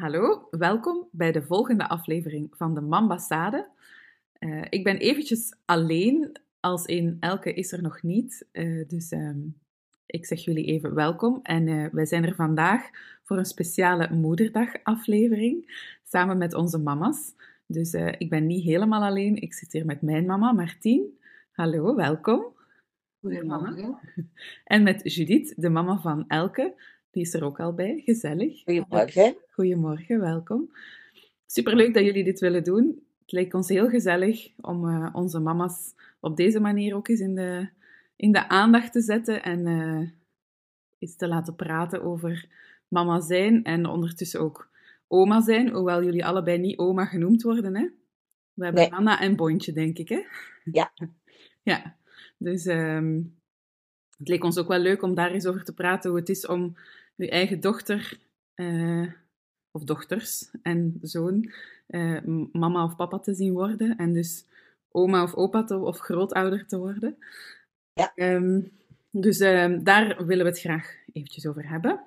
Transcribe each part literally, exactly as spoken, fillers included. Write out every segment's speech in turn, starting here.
Hallo, welkom bij de volgende aflevering van de Mambassade. Uh, ik ben eventjes alleen, als in Elke is er nog niet. Uh, dus uh, ik zeg jullie even welkom. En uh, wij zijn er vandaag voor een speciale moederdag-aflevering, samen met onze mama's. Dus uh, ik ben niet helemaal alleen. Ik zit hier met mijn mama, Martien. Hallo, welkom. Goedemorgen. En met Judith, de mama van Elke. Die is er ook al bij, gezellig. Goedemorgen. Goedemorgen, welkom. Superleuk dat jullie dit willen doen. Het lijkt ons heel gezellig om uh, onze mama's op deze manier ook eens in de, in de aandacht te zetten en uh, eens te laten praten over mama zijn en ondertussen ook oma zijn, hoewel jullie allebei niet oma genoemd worden, hè? We hebben Nee. Anna en Bontje, denk ik, hè? Ja. Ja, dus um, het leek ons ook wel leuk om daar eens over te praten, hoe het is om je eigen dochter, uh, of dochters en zoon, uh, mama of papa te zien worden. En dus oma of opa te, of grootouder te worden. Ja. Um, dus uh, daar willen we het graag eventjes over hebben.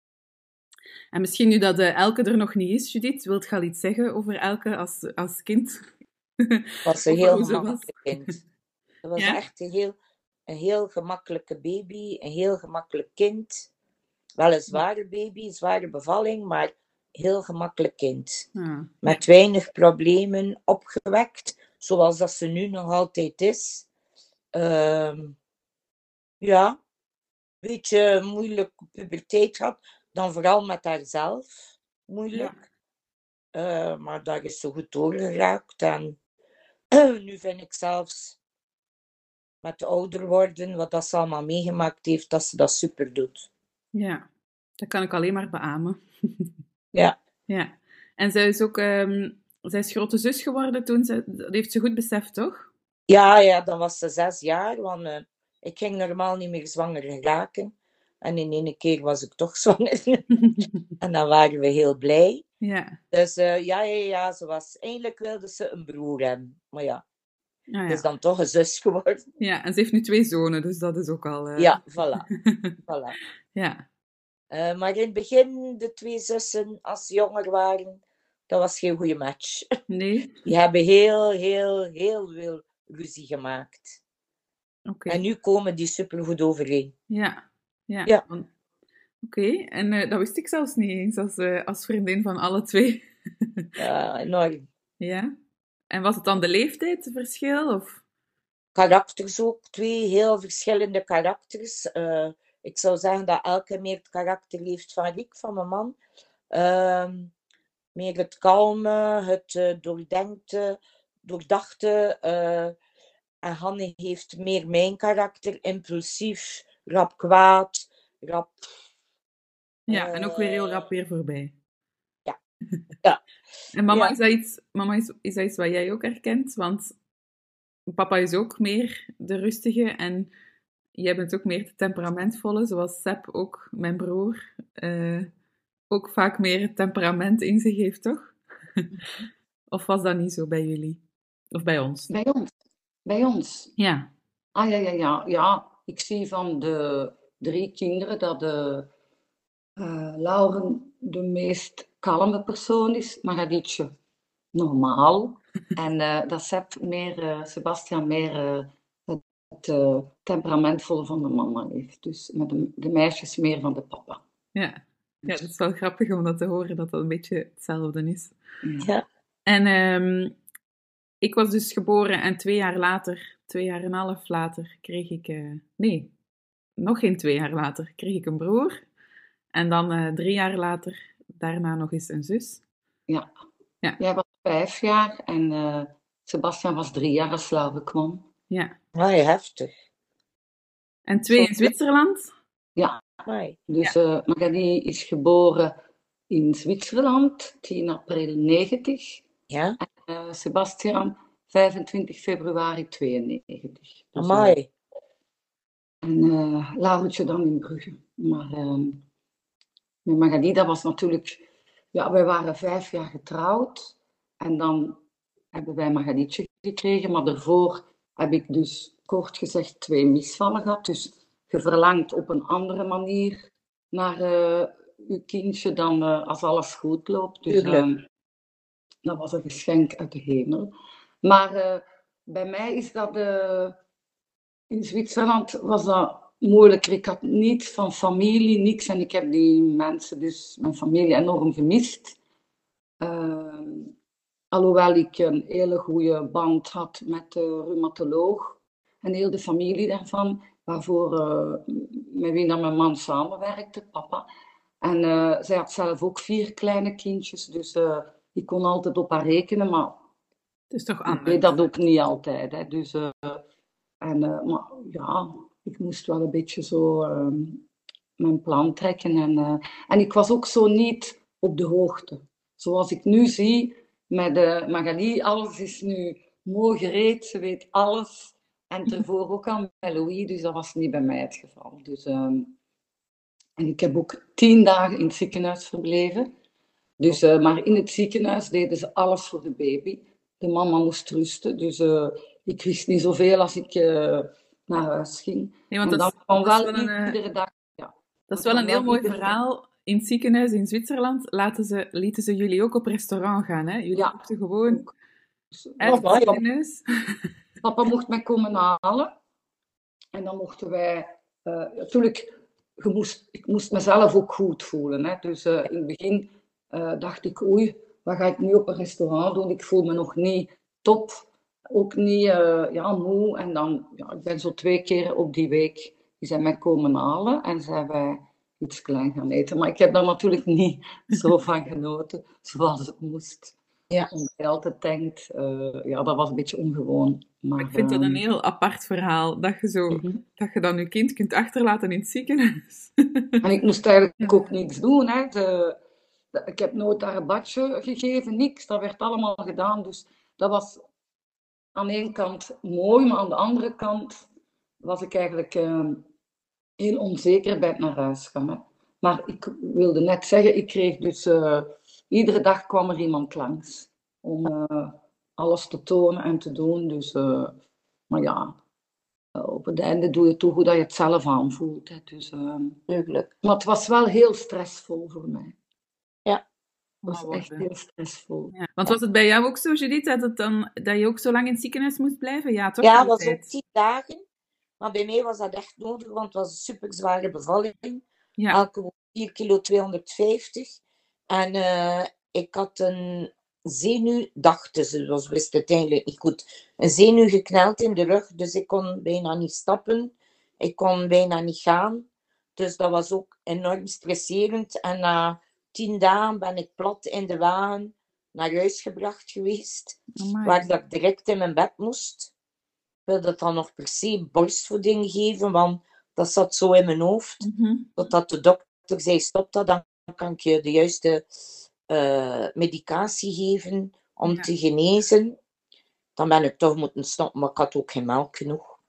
En misschien nu dat uh, Elke er nog niet is, Judith, wilt je al iets zeggen over Elke als, als kind? Het was een heel gemakkelijk kind. Het was ja? echt een heel, een heel gemakkelijke baby, een heel gemakkelijk kind. Wel een zware baby, een zware bevalling, maar heel gemakkelijk kind. Ja. Met weinig problemen opgewekt, zoals dat ze nu nog altijd is. Uh, ja, een beetje moeilijk puberteit had, dan vooral met haarzelf moeilijk. Ja. Uh, maar daar is ze goed doorgeraakt. En uh, nu vind ik zelfs met ouder worden, wat dat ze allemaal meegemaakt heeft, dat ze dat super doet. Ja, dat kan ik alleen maar beamen. Ja. Ja. En zij is ook, um, zij is grote zus geworden toen ze, dat heeft ze goed beseft, toch? Ja, ja, dan was ze zes jaar, want uh, ik ging normaal niet meer zwanger raken. En in één keer was ik toch zwanger. En dan waren we heel blij. Ja. Dus uh, ja, ja, ja, ze was, eigenlijk wilde ze een broer hebben. Maar ja, ah, ja. het is dan toch een zus geworden. Ja, en ze heeft nu twee zonen, dus dat is ook al... Uh... Ja, voilà. voilà. Ja. Uh, maar in het begin, de twee zussen, als ze jonger waren, dat was geen goede match. Nee? Die hebben heel, heel, heel veel ruzie gemaakt. Okay. En nu komen die supergoed overeen. Ja. Ja. ja. Oké, okay. En uh, dat wist ik zelfs niet eens als, uh, als vriendin van alle twee. Ja, enorm. Ja? En was het dan de leeftijdsverschil? Of? Karakters ook, twee heel verschillende karakters. Uh, ik zou zeggen dat Elke meer het karakter heeft van Riek, van mijn man. Uh, meer het kalme, het uh, doordenkte, doordachte. Uh, en Hanne heeft meer mijn karakter, impulsief, rap kwaad, rap... Ja, uh, en ook weer heel rap weer voorbij. Ja. ja. En mama, ja. is dat iets, mama is, is dat iets wat jij ook herkent? Want papa is ook meer de rustige en jij bent ook meer de temperamentvolle, zoals Seb, ook mijn broer, uh, ook vaak meer het temperament in zich heeft, toch? Of was dat niet zo bij jullie? Of bij ons? Bij ons. Bij ons? Ja. Ah, ja, ja, ja. Ja, ik zie van de drie kinderen dat de uh, Lauren de meest kalme persoon is, Magaditje normaal. En uh, dat Seb meer, uh, Sebastian meer uh, het uh, temperamentvolle van de mama heeft. Dus met de, de meisjes meer van de papa. Ja. Ja, dat is wel grappig om dat te horen, dat dat een beetje hetzelfde is. Ja. En um, ik was dus geboren en twee jaar later, twee jaar en een half later, kreeg ik... Uh, nee, nog geen twee jaar later, kreeg ik een broer. En dan uh, drie jaar later, daarna nog eens een zus. Ja. ja. Jij was vijf jaar en uh, Sebastian was drie jaar als Lauwe kwam. Ja. Ah, heftig. En twee Zo, in Zwitserland? Ja. Nee. Dus ja. uh, Magali is geboren in Zwitserland, tien april negentig. Ja. En uh, Sebastian, vijfentwintig februari tweeënnegentig. Dus, Amai. Uh, en uh, Laurentje dan in Brugge. Maar uh, met Magali, dat was natuurlijk... Ja, wij waren vijf jaar getrouwd. En dan hebben wij Magalietje gekregen. Maar daarvoor heb ik dus, kort gezegd, twee misvallen gehad. Dus... Je verlangt op een andere manier naar uh, uw kindje dan uh, als alles goed loopt. Dus uh, dat was een geschenk uit de hemel. Maar uh, bij mij is dat... Uh, in Zwitserland was dat moeilijker. Ik had niets van familie, niks. En ik heb die mensen, dus mijn familie, enorm gemist. Uh, alhoewel ik een hele goede band had met de reumatoloog. En heel de familie daarvan. Waarvoor, uh, met wie dan mijn man samenwerkte, papa. En uh, zij had zelf ook vier kleine kindjes. Dus uh, ik kon altijd op haar rekenen. Maar het is toch anders. Ik deed dat ook niet altijd. Hè. Dus... Uh, En, uh, maar ja, ik moest wel een beetje zo uh, mijn plan trekken. En, uh, en ik was ook zo niet op de hoogte. Zoals ik nu zie met uh, Magali, alles is nu mooi gereed, ze weet alles. En ervoor ook aan bij Louis, dus dat was niet bij mij het geval. Dus, uh, en ik heb ook tien dagen in het ziekenhuis verbleven. Dus, uh, maar in het ziekenhuis deden ze alles voor de baby. De mama moest rusten, dus... Uh, Ik wist niet zoveel als ik uh, naar huis ging. Nee, want en dat, dan kwam dat wel, wel een, iedere dag... Ja, dat is wel een heel mooi verhaal. In het ziekenhuis in Zwitserland laten ze, lieten ze jullie ook op restaurant gaan. Hè? Jullie ja. mochten gewoon ook. uit het ziekenhuis. Papa mocht mij komen halen. En dan mochten wij... Uh, natuurlijk, je moest, ik moest mezelf ook goed voelen. Hè? Dus uh, in het begin uh, dacht ik... Oei, wat ga ik nu op een restaurant doen? Ik voel me nog niet top... Ook niet uh, ja, moe. En dan, ja, ik ben zo twee keer op die week, die zijn mij komen halen en zijn wij iets klein gaan eten. Maar ik heb daar natuurlijk niet zo van genoten, zoals het moest. Ja. Omdat je altijd denkt, uh, ja, dat was een beetje ongewoon. Maar, ik vind dat een heel apart verhaal, dat je, zo, mm-hmm. dat je dan je kind kunt achterlaten in het ziekenhuis. En ik moest eigenlijk ook niets doen. Hè. De, de, ik heb nooit daar een badje gegeven, niks. Dat werd allemaal gedaan, dus dat was... Aan de ene kant mooi, maar aan de andere kant was ik eigenlijk uh, heel onzeker bij het naar huis gaan. Hè. Maar ik wilde net zeggen, ik kreeg dus... Uh, iedere dag kwam er iemand langs om uh, alles te tonen en te doen. Dus, uh, maar ja, uh, op het einde doe je toch hoe dat je het zelf aanvoelt. Hè. Dus, uh, maar het was wel heel stressvol voor mij. Ja. Het was echt heel stressvol. Ja. Want was het bij jou ook zo, Judith, dat, het dan, dat je ook zo lang in het ziekenhuis moest blijven? Ja, toch? Ja, het was ook tien dagen. Maar bij mij was dat echt nodig, want het was een super zware bevalling. Ja. Elke vier kilo tweehonderdvijftig. En uh, ik had een zenuw, dachten ze, dus wist het eigenlijk niet goed, een zenuw gekneld in de rug. Dus ik kon bijna niet stappen. Ik kon bijna niet gaan. Dus dat was ook enorm stresserend. En na uh, tien dagen ben ik plat in de wagen naar huis gebracht geweest. Oh waar dat ik direct in mijn bed moest. Ik wilde dan nog per se borstvoeding geven, want dat zat zo in mijn hoofd. Mm-hmm. Totdat de dokter zei, stop dat, dan kan ik je de juiste uh, medicatie geven om ja. te genezen. Dan ben ik toch moeten stoppen, maar ik had ook geen melk genoeg.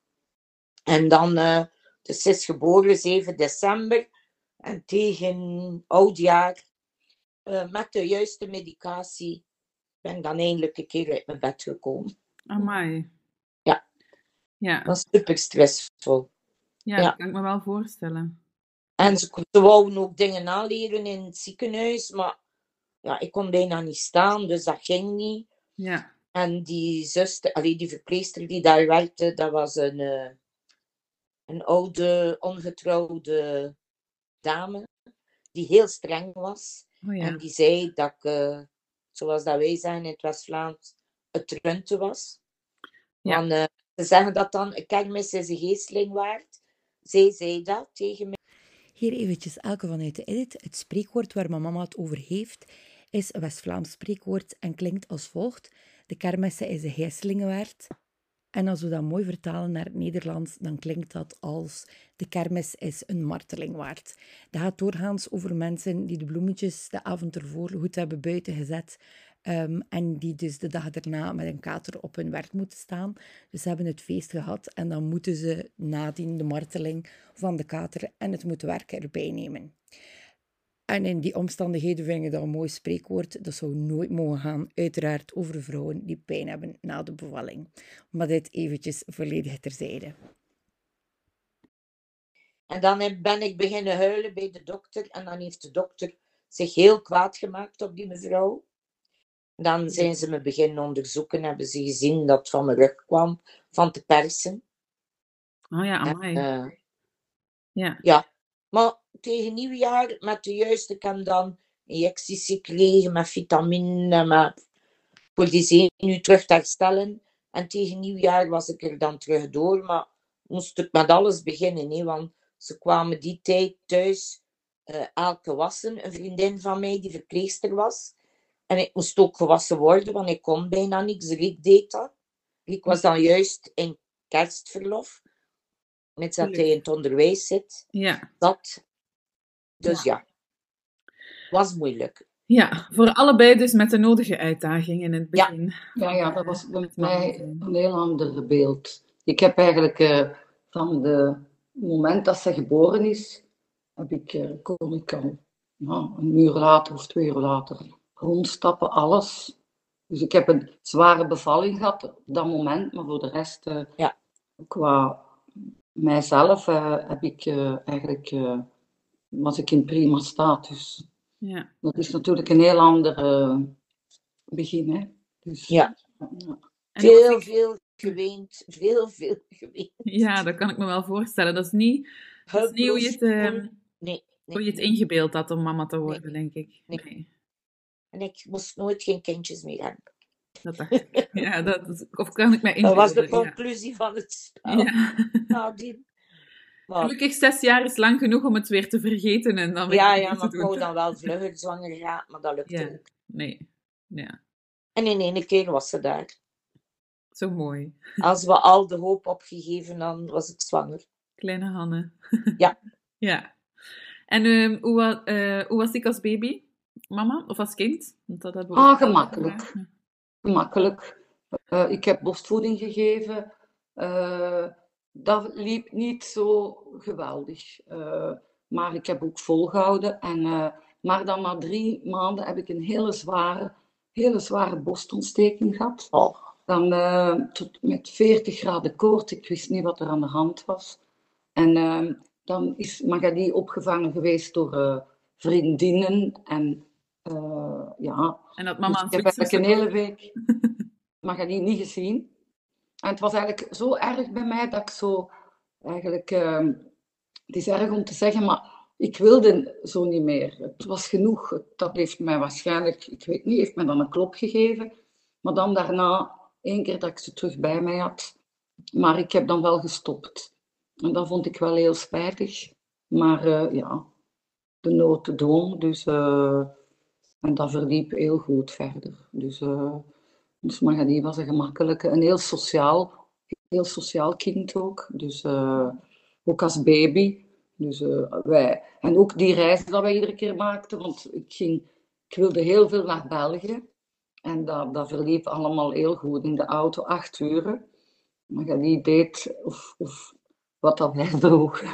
En dan, uh, dus ze is geboren zeven december. En tegen oudjaar, uh, met de juiste medicatie, ben ik dan eindelijk een keer uit mijn bed gekomen. Amai. Ja. Ja. Dat was super stressvol. Ja, ja, dat kan ik me wel voorstellen. En ze, ze wouden ook dingen aanleren in het ziekenhuis, maar ja, ik kon bijna niet staan, dus dat ging niet. Ja. En die zuster, allee, die verpleegster die daar werkte, dat was een, uh, een oude, ongetrouwde dame, die heel streng was. Oh, ja. En die zei dat ik, uh, zoals dat wij zeggen in het West-Vlaams, het runte was. Ja. Want uh, ze zeggen dat dan, een kermis is een geesteling waard. Zij zei dat tegen mij. Hier eventjes Elke vanuit de edit. Het spreekwoord waar mijn mama het over heeft, is een West-Vlaams spreekwoord en klinkt als volgt. De kermis is een geesteling waard. En als we dat mooi vertalen naar het Nederlands, dan klinkt dat als de kermis is een marteling waard. Dat gaat doorgaans over mensen die de bloemetjes de avond ervoor goed hebben buiten gezet. Um, en die dus de dag erna met een kater op hun werk moeten staan. Dus ze hebben het feest gehad en dan moeten ze nadien de marteling van de kater en het moeten werken erbij nemen. En in die omstandigheden vind ik dat een mooi spreekwoord. Dat zou nooit mogen gaan, uiteraard, over vrouwen die pijn hebben na de bevalling. Maar dit eventjes volledig terzijde. En dan heb- ben ik beginnen huilen bij de dokter. En dan heeft de dokter zich heel kwaad gemaakt op die mevrouw. Dan zijn ze me beginnen onderzoeken. Hebben ze gezien dat het van mijn rug kwam. Van te persen. Oh ja, En, amai. eh, Ja. ja. Maar tegen nieuwjaar, met de juiste, ik heb dan injecties gekregen met vitamine. Met, voor die zenuw terug te herstellen. En tegen nieuwjaar was ik er dan terug door. Maar moest ik met alles beginnen. Hè, want ze kwamen die tijd thuis. Uh, elke wassen. Een vriendin van mij die verpleegster was. En ik moest ook gewassen worden, want ik kon bijna niks. Riek deed dat. Ik was dan juist in kerstverlof. Met dat hij in het onderwijs zit. Ja. Dat. Dus ja. Was moeilijk. Ja, voor allebei dus met de nodige uitdaging in het begin. Ja, ja, dat was bij Met mij mama. een heel ander beeld. Ik heb eigenlijk uh, van het moment dat ze geboren is, heb ik, uh, kon ik al nou, een uur later of twee uur later rondstappen, alles. Dus ik heb een zware bevalling gehad op dat moment, maar voor de rest, uh, ja. qua mijzelf, uh, heb ik uh, eigenlijk, uh, was ik in prima staat. Dus ja. Dat is natuurlijk een heel ander uh, begin, hè. Dus, ja. ja. Veel, ik... veel geweend. Veel, veel geweend. Ja, dat kan ik me wel voorstellen. Dat is niet, dat is niet hoe, je het, uh, nee, nee, hoe je het ingebeeld had om mama te worden, nee, denk ik. Nee. nee. En ik moest nooit geen kindjes meer hebben. Dat dacht ik. Ja, dat, of kan ik mij inbeelden. Dat was de conclusie ja. van het spel. Ja. Nadien. Maar... Gelukkig zes jaar is lang genoeg om het weer te vergeten en dan weer Ja, ja, te maar ik doen. wou dan wel vlugger zwanger gaan, maar dat lukte ja. ook. Nee, ja. En in één keer was ze daar. Zo mooi. Als we al de hoop opgegeven hadden, was ik zwanger. Kleine Hanne. Ja. ja. En uh, hoe, uh, hoe was ik als baby? Mama? Of als kind? Want dat hebben we ah, gemakkelijk. Ja. Gemakkelijk. Uh, ik heb borstvoeding gegeven. Uh, dat liep niet zo geweldig. Uh, maar ik heb ook volgehouden. En, uh, maar dan na drie maanden heb ik een hele zware, hele zware borstontsteking gehad. Oh. Dan uh, tot met veertig graden koorts. Ik wist niet wat er aan de hand was. En uh, dan is Magali opgevangen geweest door uh, vriendinnen. En uh, ja, en dat mama dus ik heb eigenlijk een hele week Magali niet gezien. En het was eigenlijk zo erg bij mij dat ik zo eigenlijk... Uh, het is erg om te zeggen, maar ik wilde zo niet meer. Het was genoeg. Dat heeft mij waarschijnlijk, ik weet niet, heeft mij dan een klop gegeven. Maar dan daarna, één keer dat ik ze terug bij mij had. Maar ik heb dan wel gestopt. En dat vond ik wel heel spijtig. Maar uh, ja, de nood te doen. Dus, uh, en dat verliep heel goed verder. Dus, uh, dus Magali was een gemakkelijke, een heel sociaal, heel sociaal kind ook. Dus uh, ook als baby. Dus uh, wij, en ook die reis dat wij iedere keer maakten. Want ik, ging, ik wilde heel veel naar België. En dat, dat verliep allemaal heel goed. In de auto acht uren. Magali deed of, of wat dat wij droegen.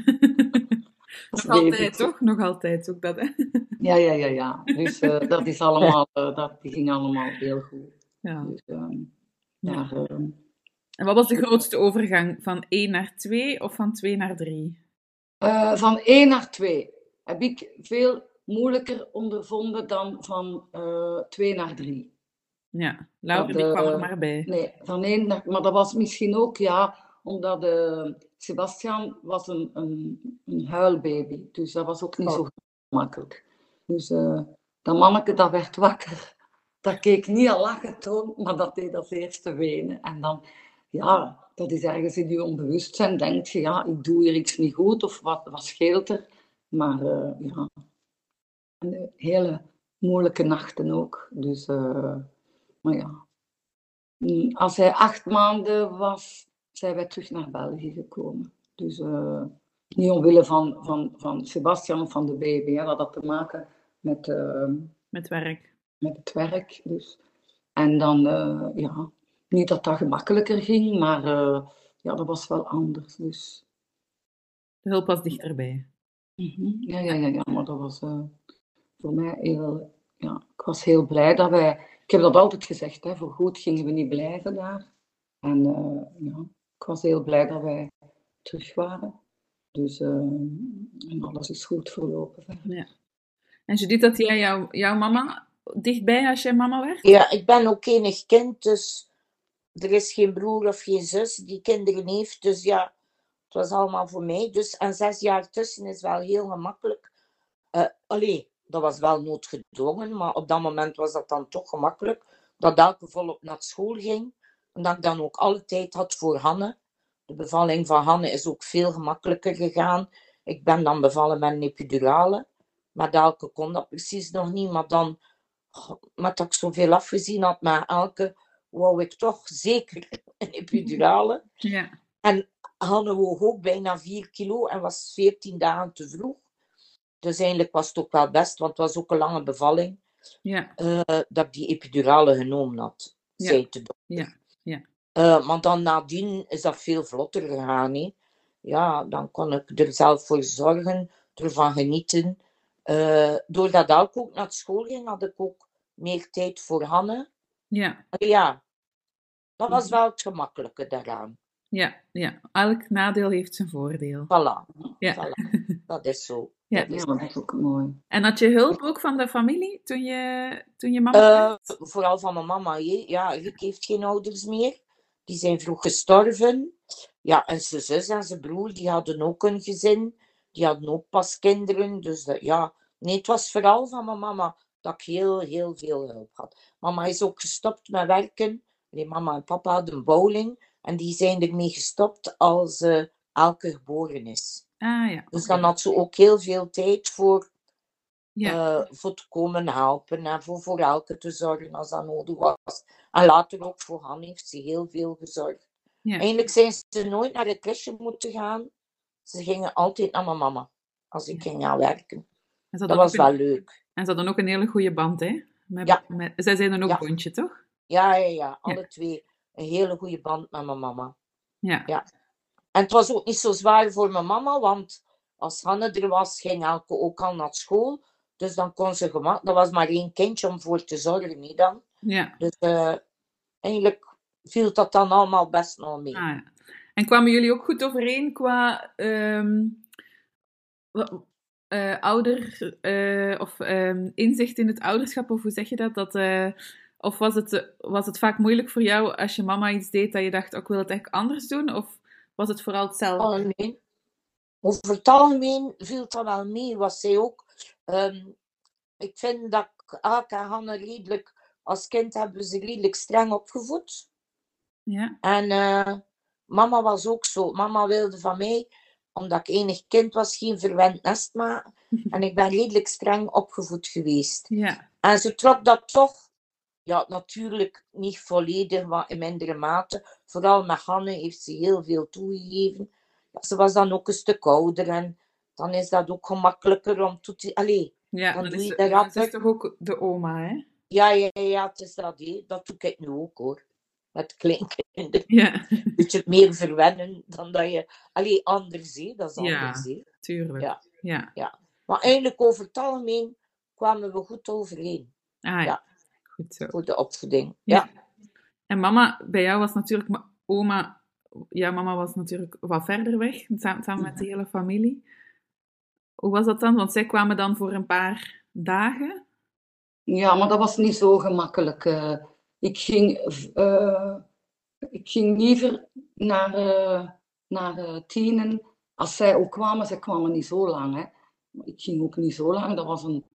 Nog altijd, toch? Nog altijd ook dat, hè? Ja, ja, ja, ja. Dus uh, dat is allemaal, uh, dat die ging allemaal heel goed. Ja. Dus, um, ja. Daar, uh, en wat was de grootste overgang? Van één naar twee of van twee naar drie? Uh, van één naar twee heb ik veel moeilijker ondervonden dan van uh, twee naar drie. Ja, Laura die kwam er maar bij. Nee, van één naar... Maar dat was misschien ook, ja, omdat uh, Sebastian was een, een, een huilbaby. Dus dat was ook niet oh. zo gemakkelijk. Dus uh, dat manneke, dat werd wakker. Dat keek niet al lachen toen, maar dat deed als eerste wenen. En dan, ja, dat is ergens in je onbewustzijn. Denk je, ja, ik doe hier iets niet goed of wat, wat scheelt er? Maar uh, ja, en hele moeilijke nachten ook. Dus... Uh, Maar ja, als hij acht maanden was, zijn wij terug naar België gekomen. Dus uh, niet omwille van, van, van Sebastian of van de baby. Hè. Dat had te maken met, uh, met werk. Met het werk. Dus. En dan, uh, ja, niet dat dat gemakkelijker ging, maar uh, ja, dat was wel anders. Dus. De hulp was dichterbij. Mm-hmm. Ja, ja, ja, ja, maar dat was uh, voor mij heel... Ja, ik was heel blij dat wij... Ik heb dat altijd gezegd, hè, voor goed gingen we niet blijven daar. En uh, ja, ik was heel blij dat wij terug waren. Dus uh, en alles is goed verlopen verder. Ja. En Judith, dat jij jou, jouw mama dichtbij als jij mama werd? Ja, ik ben ook enig kind, dus er is geen broer of geen zus die kinderen heeft. Dus ja, het was allemaal voor mij. Dus, en zes jaar tussen is wel heel gemakkelijk. Uh, allee, dat was wel noodgedwongen, maar op dat moment was dat dan toch gemakkelijk. Dat elke volop naar school ging. En dat ik dan ook alle tijd had voor Hanne. De bevalling van Hanne is ook veel gemakkelijker gegaan. Ik ben dan bevallen met een epidurale. Met elke kon dat precies nog niet, maar dan, met dat ik zoveel afgezien had, met elke wou ik toch zeker een epidurale. Ja. En Hanne woog ook bijna vier kilo en was veertien dagen te vroeg. Dus eigenlijk was het ook wel best, want het was ook een lange bevalling. Ja. Uh, dat ik die epidurale genomen had, ja. zei de dokter. Ja. Ja. Uh, maar dan nadien is dat veel vlotter gegaan. He. Ja, dan kon ik er zelf voor zorgen, ervan genieten. Uh, doordat ik ook naar school ging, had ik ook meer tijd voor Hanne. Ja. Uh, ja, dat was wel het gemakkelijke daaraan. Ja, ja. Elk nadeel heeft zijn voordeel. Voilà, ja. voilà. Dat is zo. Ja. Dat is ja, dat is ook mooi. En had je hulp ook van de familie toen je, toen je mama werd? Uh, vooral van mijn mama. He. Ja, Rick heeft geen ouders meer. Die zijn vroeg gestorven. Ja, en zijn zus en zijn broer, die hadden ook een gezin. Die hadden ook pas kinderen. Dus dat, ja, nee, het was vooral van mijn mama dat ik heel, heel veel hulp had. Mama is ook gestopt met werken. Nee, mama en papa hadden een bowling. En die zijn ermee gestopt als uh, Elke geboren is. Ah, ja. Dus dan had ze ook heel veel tijd voor, ja. uh, voor te komen helpen. En voor, voor Elke te zorgen als dat nodig was. En later ook voor Han heeft ze heel veel gezorgd. Ja. Eigenlijk zijn ze nooit naar de crèche moeten gaan. Ze gingen altijd naar mijn mama. Als ik ja. ging gaan werken. Dat dat was een... wel leuk. En ze hadden ook een hele goede band, hè? Met, ja. Met... Zij zijn dan ook ja. bondje, toch? Ja, ja, ja. Alle ja. twee. Een hele goede band met mijn mama. Ja. ja. En het was ook niet zo zwaar voor mijn mama, want als Hanne er was, ging Elke ook al naar school. Dus dan kon ze gemakkelijk. Dat was maar één kindje om voor te zorgen, niet dan. Ja. Dus uh, eigenlijk viel dat dan allemaal best nog mee. Ah, ja. En kwamen jullie ook goed overeen qua um, uh, ouder uh, of um, inzicht in het ouderschap, of hoe zeg je dat? dat uh, of was het, was het vaak moeilijk voor jou als je mama iets deed dat je dacht, oh, ik wil het echt anders doen? Of was het vooral hetzelfde? Algemeen. Over het algemeen viel dat wel mee. Was zij ook. Um, ik vind dat Elke en Hanne redelijk, als kind hebben ze redelijk streng opgevoed. Ja. En uh, mama was ook zo. Mama wilde van mij, omdat ik enig kind was, geen verwend nest maken. En ik ben redelijk streng opgevoed geweest. Ja. En ze trok dat toch, ja, natuurlijk niet volledig, maar in mindere mate. Vooral met Hanne heeft ze heel veel toegegeven. Ja, ze was dan ook een stuk ouder en dan is dat ook gemakkelijker om toe te... Allee, ja, dan dat doe is, je dat is toch ook de oma, hè? Ja, ja, ja, het is dat, he. Dat doe ik nu ook, hoor. Met kleinkinderen. Ja. Moet je het meer verwennen dan dat je... Allee, anders, he. Dat is anders, ja, he. tuurlijk. Ja. Ja. ja. Maar eigenlijk over het algemeen kwamen we goed overeen. Ah, ja. ja. Goed zo. Voor de opvoeding, ja. ja. En mama, bij jou was natuurlijk... Oma, jouw mama was natuurlijk wat verder weg, samen, samen met de hele familie. Hoe was dat dan? Want zij kwamen dan voor een paar dagen. Ja, maar dat was niet zo gemakkelijk. Uh, ik, ging, uh, ik ging liever naar, uh, naar uh, Tienen. Als zij ook kwamen, zij kwamen niet zo lang. Hè. Ik ging ook niet zo lang. Dat was een,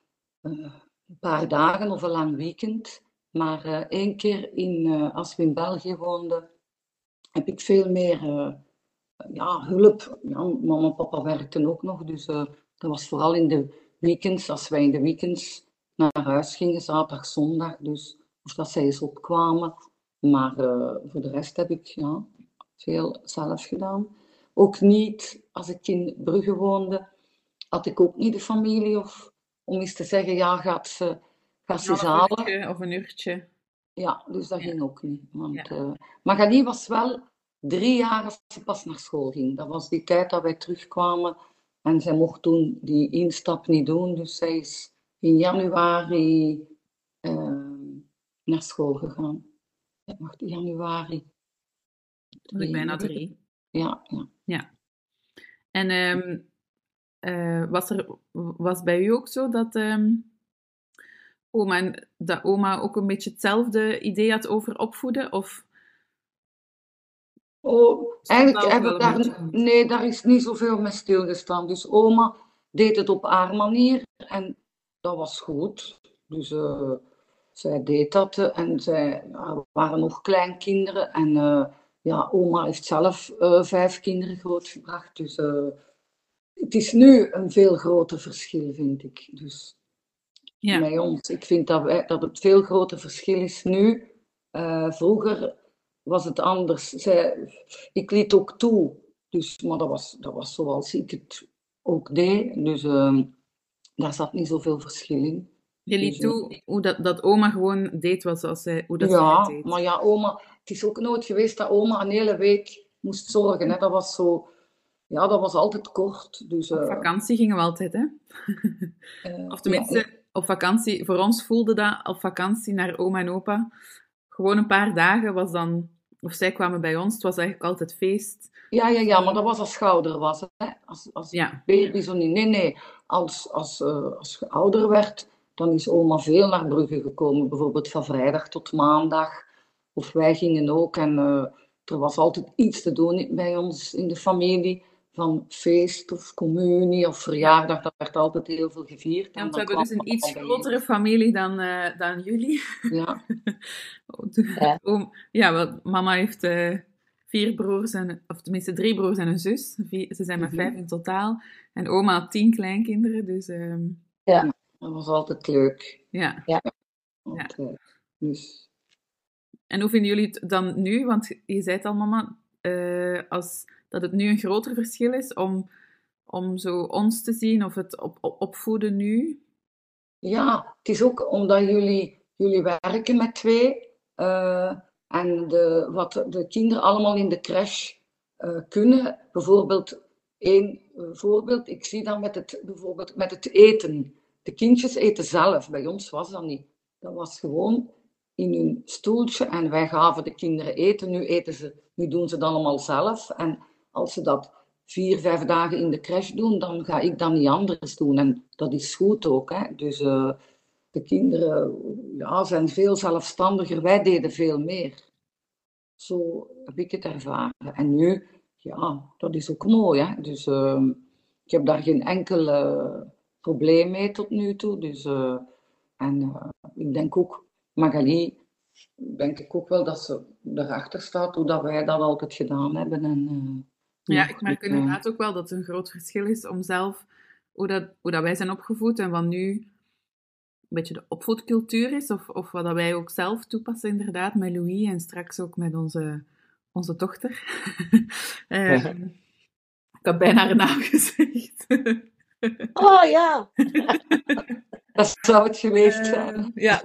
uh, een paar dagen of een lang weekend. Maar uh, één keer, in, uh, als we in België woonden, heb ik veel meer uh, ja, hulp. Ja, mama en papa werkten ook nog. Dus uh, dat was vooral in de weekends, als wij in de weekends naar huis gingen, zaterdag, zondag, dus of dat zij eens opkwamen. Maar uh, voor de rest heb ik ja, veel zelf gedaan. Ook niet, als ik in Brugge woonde, had ik ook niet de familie of om eens te zeggen, ja, gaat ze, gaat ze een halen. uurtje of een uurtje. Ja, dus dat ja. ging ook niet. Want, ja. uh, Magali was wel drie jaar als ze pas naar school ging. Dat was die tijd dat wij terugkwamen en zij mocht toen die instap niet doen, dus zij is in januari uh, naar school gegaan. Wacht, januari. Dat was ik bijna drie. Ja, ja. ja. En ehm, eh, was er was bij u ook zo dat ehm, oma, en- dat oma ook een beetje hetzelfde idee had over opvoeden? Of Oh, stond eigenlijk dat ook hebben wel we een beetje daar, anders? nee, daar is niet zoveel mee stilgestaan. Dus oma deed het op haar manier en dat was goed. Dus eh, zij deed dat eh, en zij, ja, er waren nog kleinkinderen. En eh, ja, oma heeft zelf eh, vijf kinderen grootgebracht. Dus eh, het is nu een veel groter verschil, vind ik. Dus Ja, bij ons, ik vind dat, wij, dat het veel groter verschil is nu. Eh, vroeger was het anders. Zij, ik liet ook toe, dus, maar dat was, dat was zoals ik het ook deed. Dus eh, daar zat niet zoveel verschil in. je Dus, liet eh, toe hoe dat, dat oma gewoon deed wat zoals zij, hoe dat zij het ja, deed. maar ja, oma, het is ook nooit geweest dat oma een hele week moest zorgen. Hè. Dat was zo, ja, dat was altijd kort. Dus, Op eh, vakantie gingen we altijd, hè? eh, Of ja, tenminste, op vakantie, voor ons voelde dat op vakantie naar oma en opa. Gewoon een paar dagen was dan, of zij kwamen bij ons, het was eigenlijk altijd feest. Ja, ja, ja, maar dat was als je ouder was. Hè? Als, als Ja, baby zo niet. Nee, nee. Als, als, eh, als je ouder werd, dan is oma veel naar Brugge gekomen. Bijvoorbeeld van vrijdag tot maandag. Of wij gingen ook. En eh, er was altijd iets te doen bij ons in de familie. Van feest of communie of verjaardag. Dat werd altijd heel veel gevierd. ja, En want we dan hebben dus kwamen een we iets allemaal bijeen. grotere familie dan, eh, dan jullie. Ja, Ja. Oom- ja, want mama heeft eh, vier broers, en, of tenminste drie broers en een zus. Vier- ze zijn met Mhm. vijf in totaal. En oma had tien kleinkinderen, dus ehm, Ja. dat was altijd leuk. ja. Ja. Altijd. Dus, En hoe vinden jullie het dan nu? Want je zei het al, mama, eh, als, dat het nu een groter verschil is om, om zo ons te zien of het op, op- opvoeden nu. ja, het is ook omdat jullie, jullie werken met twee eh, en de, wat de kinderen allemaal in de crash eh, kunnen. Bijvoorbeeld, één eh, voorbeeld, ik zie dat met het, bijvoorbeeld met het eten. De kindjes eten zelf, bij ons was dat niet. Dat was gewoon in hun stoeltje en wij gaven de kinderen eten. Nu eten ze, nu doen ze dat allemaal zelf. En als ze dat vier, vijf dagen in de crash doen, dan ga ik dat niet anders doen. En dat is goed ook. Hè. Dus uh, de kinderen ja, zijn veel zelfstandiger. Wij deden veel meer. Zo heb ik het ervaren. En nu, ja, dat is ook mooi. Hè. Dus uh, ik heb daar geen enkel uh, probleem mee tot nu toe. Dus, uh, en uh, ik denk ook, Magali, denk ik ook wel dat ze erachter staat hoe dat wij dat altijd gedaan hebben. En, uh, Ja, nog, ik merk dus, inderdaad ook wel dat het een groot verschil is om zelf, hoe dat, hoe dat wij zijn opgevoed en wat nu een beetje de opvoedcultuur is, of, of wat dat wij ook zelf toepassen inderdaad, met Louis en straks ook met onze, onze dochter. uh, ik had bijna haar naam gezegd. Oh ja! Dat zou het geweest zijn. Uh, ja.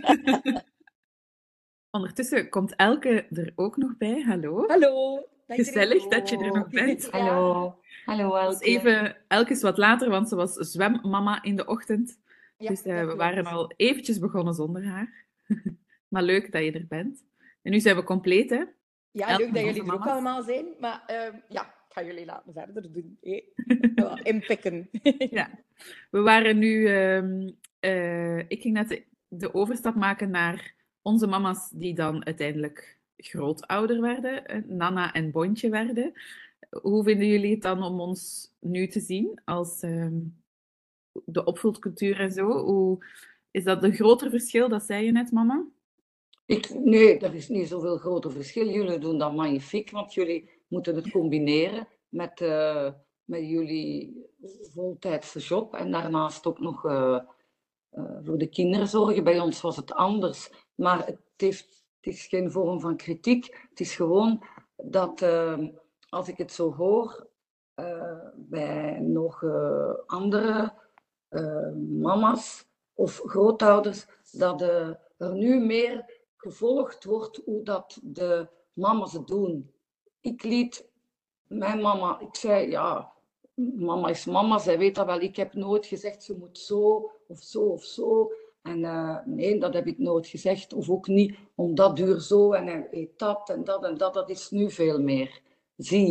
Ondertussen komt Elke er ook nog bij. Hallo. Hallo. Gezellig dat je er nog bent. Ja. Hallo. Hallo Elke. Even, Elke is wat later, want ze was zwemmama in de ochtend. Ja, dus uh, dat we klopt. waren al eventjes begonnen zonder haar. Maar leuk dat je er bent. En nu zijn we compleet, hè? Ja, Elke leuk dat van jullie onze er ook mama's. allemaal zijn. Maar uh, ja, ik ga jullie laten verder doen. Eh? Ja, inpikken. Ja. We waren nu... Um, uh, ik ging net de, de overstap maken naar onze mama's die dan uiteindelijk grootouder werden. Nana en Bontje werden. Hoe vinden jullie het dan om ons nu te zien als um, de opvoedcultuur en zo? Hoe, is dat een groter verschil? Dat zei je net, mama? Ik, nee, dat is niet zoveel groter verschil. Jullie doen dat magnifiek, want jullie moeten het combineren met, uh, met jullie voltijdse job en daarnaast ook nog uh, uh, voor de kinderen zorgen. Bij ons was het anders, maar het, heeft, het is geen vorm van kritiek. Het is gewoon dat uh, als ik het zo hoor uh, bij nog uh, andere uh, mama's of grootouders, dat uh, er nu meer gevolgd wordt hoe dat de mama's het doen. Ik liet mijn mama, ik zei ja, mama is mama, zij weet dat wel. Ik heb nooit gezegd ze moet zo of zo of zo. En uh, nee, dat heb ik nooit gezegd. Of ook niet om dat duur zo en hij eet dat en dat en dat. Dat is nu veel meer, zie ik.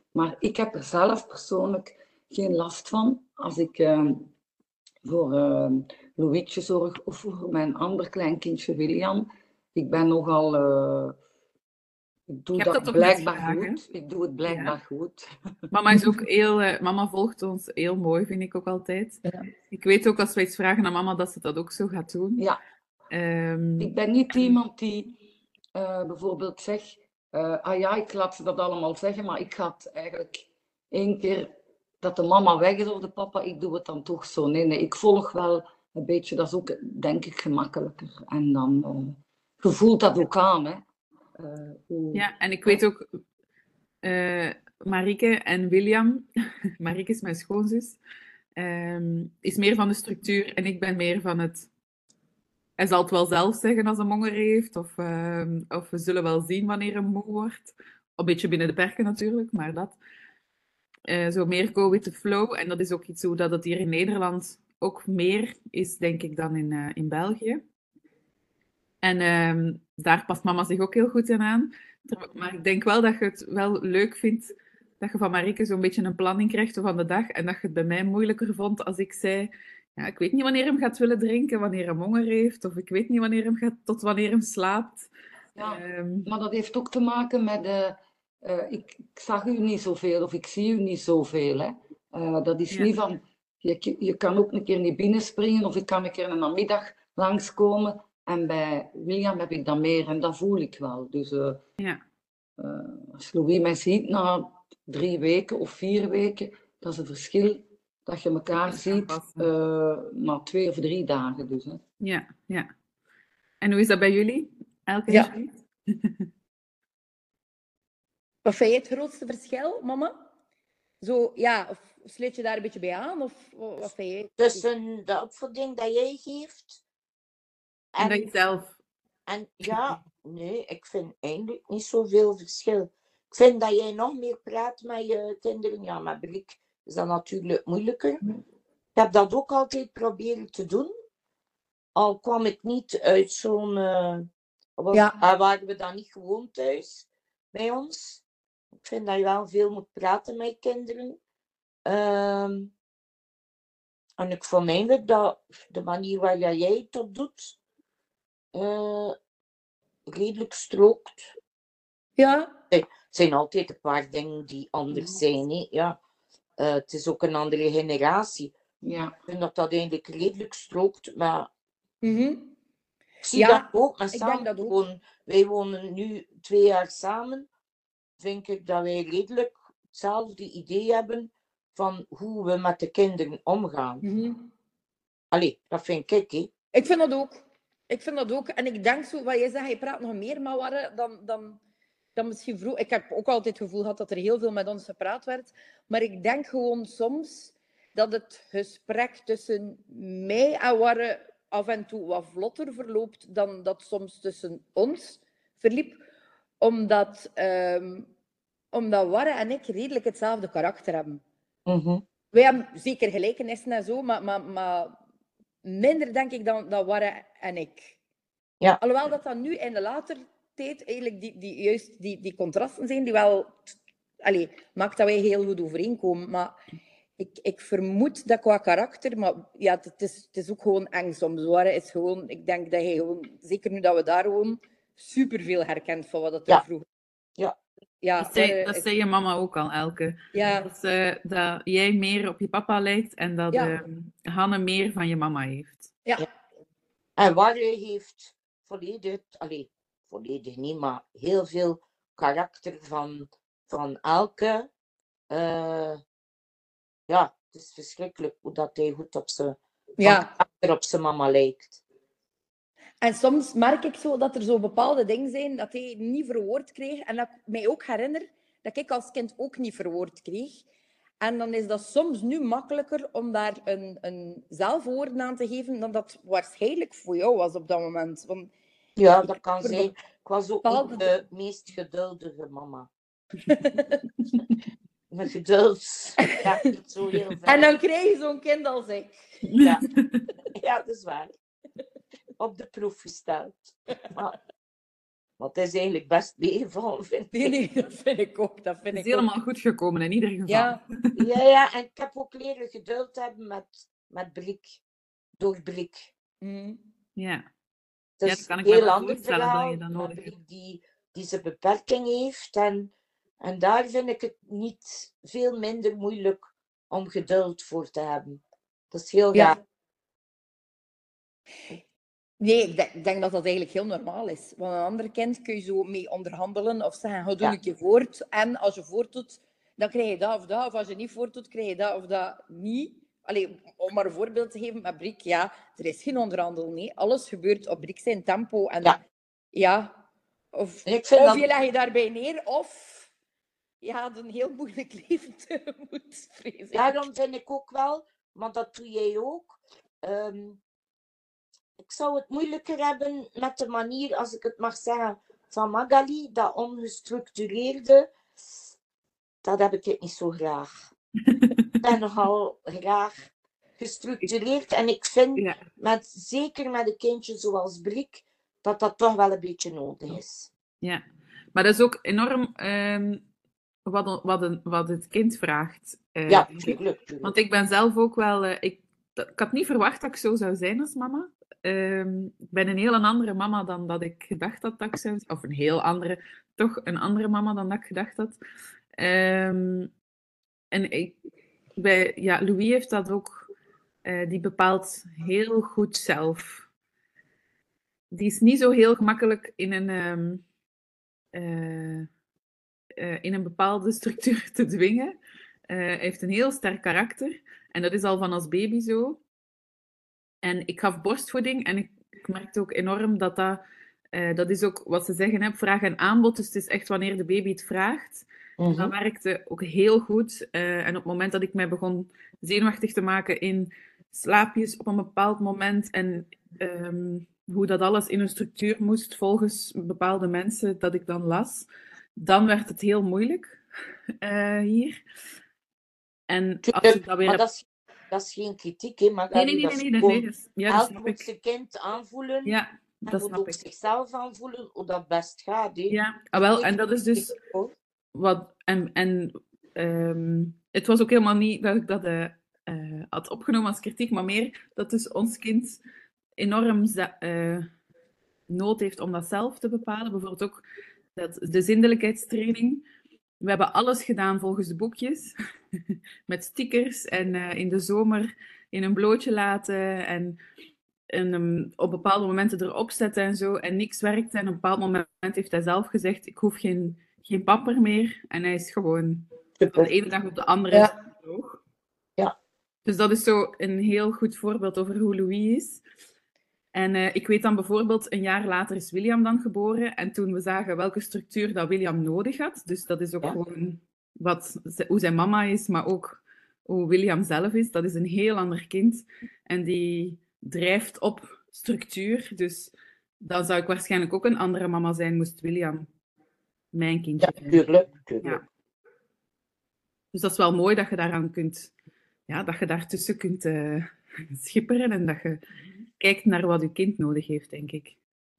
Maar ik heb er zelf persoonlijk geen last van. Als ik uh, voor uh, Louietje zorg of voor mijn ander kleinkindje William. Ik ben nogal... Uh, ik doe dat, dat blijkbaar goed. Ik doe het blijkbaar ja. goed. Mama is ook heel... Uh, mama volgt ons heel mooi, vind ik ook altijd. Ja. Ik weet ook als we iets vragen aan mama, dat ze dat ook zo gaat doen. Ja. Um, ik ben niet iemand die uh, bijvoorbeeld zegt... Uh, ah ja, ik laat ze dat allemaal zeggen, maar ik ga het eigenlijk één keer dat de mama weg is of de papa, ik doe het dan toch zo. Nee, nee, ik volg wel een beetje, dat is ook denk ik gemakkelijker. En dan, uh, je voelt dat ook aan, hè. Uh, hoe... Ja, en ik weet ook, uh, Marieke en William, Marieke is mijn schoonzus, um, is meer van de structuur en ik ben meer van het... Hij zal het wel zelf zeggen als hij honger heeft, of, uh, of we zullen wel zien wanneer hij moe wordt. Een beetje binnen de perken natuurlijk, maar dat. Uh, zo meer go with the flow. En dat is ook iets hoe dat het hier in Nederland ook meer is, denk ik, dan in, uh, in België. En uh, daar past mama zich ook heel goed in aan. Maar ik denk wel dat je het wel leuk vindt dat je van Marieke zo'n beetje een planning krijgt van de dag. En dat je het bij mij moeilijker vond als ik zei... Ja, ik weet niet wanneer hij gaat willen drinken, wanneer hij honger heeft, of ik weet niet wanneer hem gaat, tot wanneer hij slaapt. Ja, um... maar dat heeft ook te maken met... Uh, uh, ik, ik zag u niet zoveel, of ik zie u niet zoveel. Hè. Uh, dat is ja. niet van... Je, je kan ook een keer niet binnenspringen, of ik kan een keer een namiddag langskomen. En bij William heb ik dat meer, en dat voel ik wel. Dus uh, ja. uh, als Louis mij ziet na drie weken of vier weken, dat is een verschil... Dat je elkaar ziet uh, na twee of drie dagen. Dus, hè. Ja, ja. En hoe is dat bij jullie? Elke ja. Wat vind je het grootste verschil, mama? Zo, ja, of sluit je daar een beetje bij aan? Of wat vind je? Tussen de opvoeding dat jij geeft... En, en dat je zelf... En ja, nee, ik vind eigenlijk niet zoveel verschil. Ik vind dat jij nog meer praat met je kinderen. Ja, met Brik is dat natuurlijk moeilijker. Ik heb dat ook altijd proberen te doen. Al kwam ik niet uit zo'n... Uh, was, ja. uh, waren we dan niet gewoon thuis bij ons. Ik vind dat je wel veel moet praten met je kinderen. Um, en ik vond eigenlijk dat de manier waarop jij het op doet, uh, redelijk strookt. Ja. Er zijn altijd een paar dingen die anders zijn. Hè? Ja. Uh, het is ook een andere generatie. Ja. Ik vind dat dat eigenlijk redelijk strookt, maar mm-hmm. ik zie ja, dat ook. Maar samen, dat ook. Gewoon, wij wonen nu twee jaar samen. Vind ik dat wij redelijk hetzelfde idee hebben van hoe we met de kinderen omgaan. Mm-hmm. Allee, dat vind ik, hè. Ik vind dat ook. Ik vind dat ook. En ik denk zo, wat jij zegt, je praat nog meer met Warre dan... dan... Dan misschien vroeg. Ik heb ook altijd het gevoel gehad dat er heel veel met ons gepraat werd. Maar ik denk gewoon soms dat het gesprek tussen mij en Warre af en toe wat vlotter verloopt dan dat soms tussen ons verliep. Omdat, um, omdat Warre en ik redelijk hetzelfde karakter hebben. Mm-hmm. Wij hebben zeker gelijkenissen en zo, maar, maar, maar minder denk ik dan, dan Warre en ik. Ja. Alhoewel dat dat nu in de later... eigenlijk die, die, juist die, die contrasten zijn die wel... Allee, maakt dat wij heel goed overeenkomen. Maar ik, ik vermoed dat qua karakter... Maar ja, het is, het is ook gewoon eng soms. Hoor. Is gewoon, ik denk dat hij gewoon... Zeker nu dat we daar wonen... Superveel herkent van wat het er ja. vroeger... Ja. Ja, dat zei, dat zei je mama ook al, Elke. Ja. Dat, uh, dat jij meer op je papa lijkt en dat ja. uh, Hanne meer van je mama heeft. Ja. ja. En Warre heeft volledig... Allee, volledig niet, maar heel veel karakter van, van Elke. Uh, ja, het is verschrikkelijk hoe dat hij goed op zijn ja. op zijn mama lijkt. En soms merk ik zo dat er zo bepaalde dingen zijn dat hij niet verwoord kreeg. En dat ik mij ook herinner dat ik als kind ook niet verwoord kreeg. En dan is dat soms nu makkelijker om daar een, een zelfwoord aan te geven dan dat waarschijnlijk voor jou was op dat moment. Want ja, dat kan zijn. Ik was ook bepaalde... niet de meest geduldige mama. Mijn geduld gaat niet zo heel ver. En dan krijg je zo'n kind als ik. Ja, ja, dat is waar. Op de proef gesteld. Maar Maar het is eigenlijk best meegevallen, vind Nee, ik. nee, dat vind ik ook. Dat vind Het ik is ook. helemaal goed gekomen, in ieder geval. Ja, Ja, ja, en ik heb ook leren geduld hebben met, met Brik. Door Brik. mm, Ja. Het Ja, is dat kan ik een me heel wel ander voorstellen dat verhaal je dat met nodig hebt. Brik die, die zijn beperking heeft. En, en daar vind ik het niet veel minder moeilijk om geduld voor te hebben. Dat is heel raar. ja. Nee, ik denk, ik denk dat dat eigenlijk heel normaal is. Want een ander kind kun je zo mee onderhandelen of zeggen, ga doe Ja. een keer voort. En als je voortdoet, dan krijg je dat of dat. Of als je niet voortdoet, krijg je dat of dat niet. Allee, om maar een voorbeeld te geven met Brik, ja, er is geen onderhandelen. Nee. Alles gebeurt op Brik zijn tempo. En Ja. ja, of, En ik vind of dat- je leg je daarbij neer, of je gaat een heel moeilijk leven tegemoet, vrees ik. Daarom vind ik ook wel, maar dat doe jij ook. ehm, ik zou het moeilijker hebben met de manier, als ik het mag zeggen, van Magali, dat ongestructureerde. Dat heb ik het niet zo graag. Ik ben nogal graag gestructureerd. En ik vind, Ja. met, zeker met een kindje zoals Brik, dat dat toch wel een beetje nodig is. Ja, maar dat is ook enorm ehm, wat, wat, een, wat het kind vraagt. eh, Ja, denk ik. tuurlijk, tuurlijk. Want ik ben zelf ook wel... eh, ik, dat- ik had niet verwacht dat ik zo zou zijn als mama. Ehm, ik ben een heel een andere mama dan dat ik gedacht had dat ik zou zijn. Of een heel andere... Toch een andere mama dan dat ik gedacht had. Ehm, en ik, bij, ja, Louis heeft dat ook... eh, die bepaalt heel goed zelf. Die is niet zo heel gemakkelijk in een... ehm, eh, eh, in een bepaalde structuur te dwingen. Eh, hij heeft een heel sterk karakter. En dat is al van als baby zo. En ik gaf borstvoeding en ik, ik merkte ook enorm dat dat... eh, dat is ook wat ze zeggen, hè, vraag en aanbod. Dus het is echt wanneer de baby het vraagt. En dat Mhm. werkte ook heel goed. Eh, en op het moment dat ik mij begon zenuwachtig te maken in slaapjes op een bepaald moment en ehm, hoe dat alles in een structuur moest volgens bepaalde mensen dat ik dan las, dan werd het heel moeilijk eh, hier. En als ik Tuurlijk, dat weer maar heb... dat is, dat is geen kritiek, hè, maar Nee, nee, nee, dat nee, is nee, gewoon, nee, dat is- ja, dat elk snap moet ik. zijn kind aanvoelen. Ja, En dat moet snap ook ik. zichzelf aanvoelen hoe dat best gaat. Hè. Ja, ah, wel, en dat is dus wat... En, en ehm, het was ook helemaal niet dat ik dat eh, eh, had opgenomen als kritiek, maar meer dat dus ons kind enorm ze- eh, nood heeft om dat zelf te bepalen. Bijvoorbeeld ook dat, de zindelijkheidstraining. We hebben alles gedaan volgens de boekjes. Met stickers en eh, in de zomer in een blootje laten en, en um, op bepaalde momenten erop zetten en zo. En niks werkte. En op een bepaald moment heeft hij zelf gezegd, ik hoef geen, geen pamper meer. En hij is gewoon van de ene dag op de andere Ja. droog. Ja. Dus dat is zo een heel goed voorbeeld over hoe Louis is. En uh, ik weet dan bijvoorbeeld, een jaar later is William dan geboren. En toen we zagen welke structuur dat William nodig had. Dus dat is ook Ja. gewoon wat, hoe zijn mama is, maar ook hoe William zelf is. Dat is een heel ander kind. En die drijft op structuur. Dus dan zou ik waarschijnlijk ook een andere mama zijn, moest William mijn kindje Ja, zijn. tuurlijk, tuurlijk. Ja. Dus dat is wel mooi dat je daaraan kunt... Ja, dat je daartussen kunt uh, schipperen en dat je kijkt naar wat je kind nodig heeft, denk ik.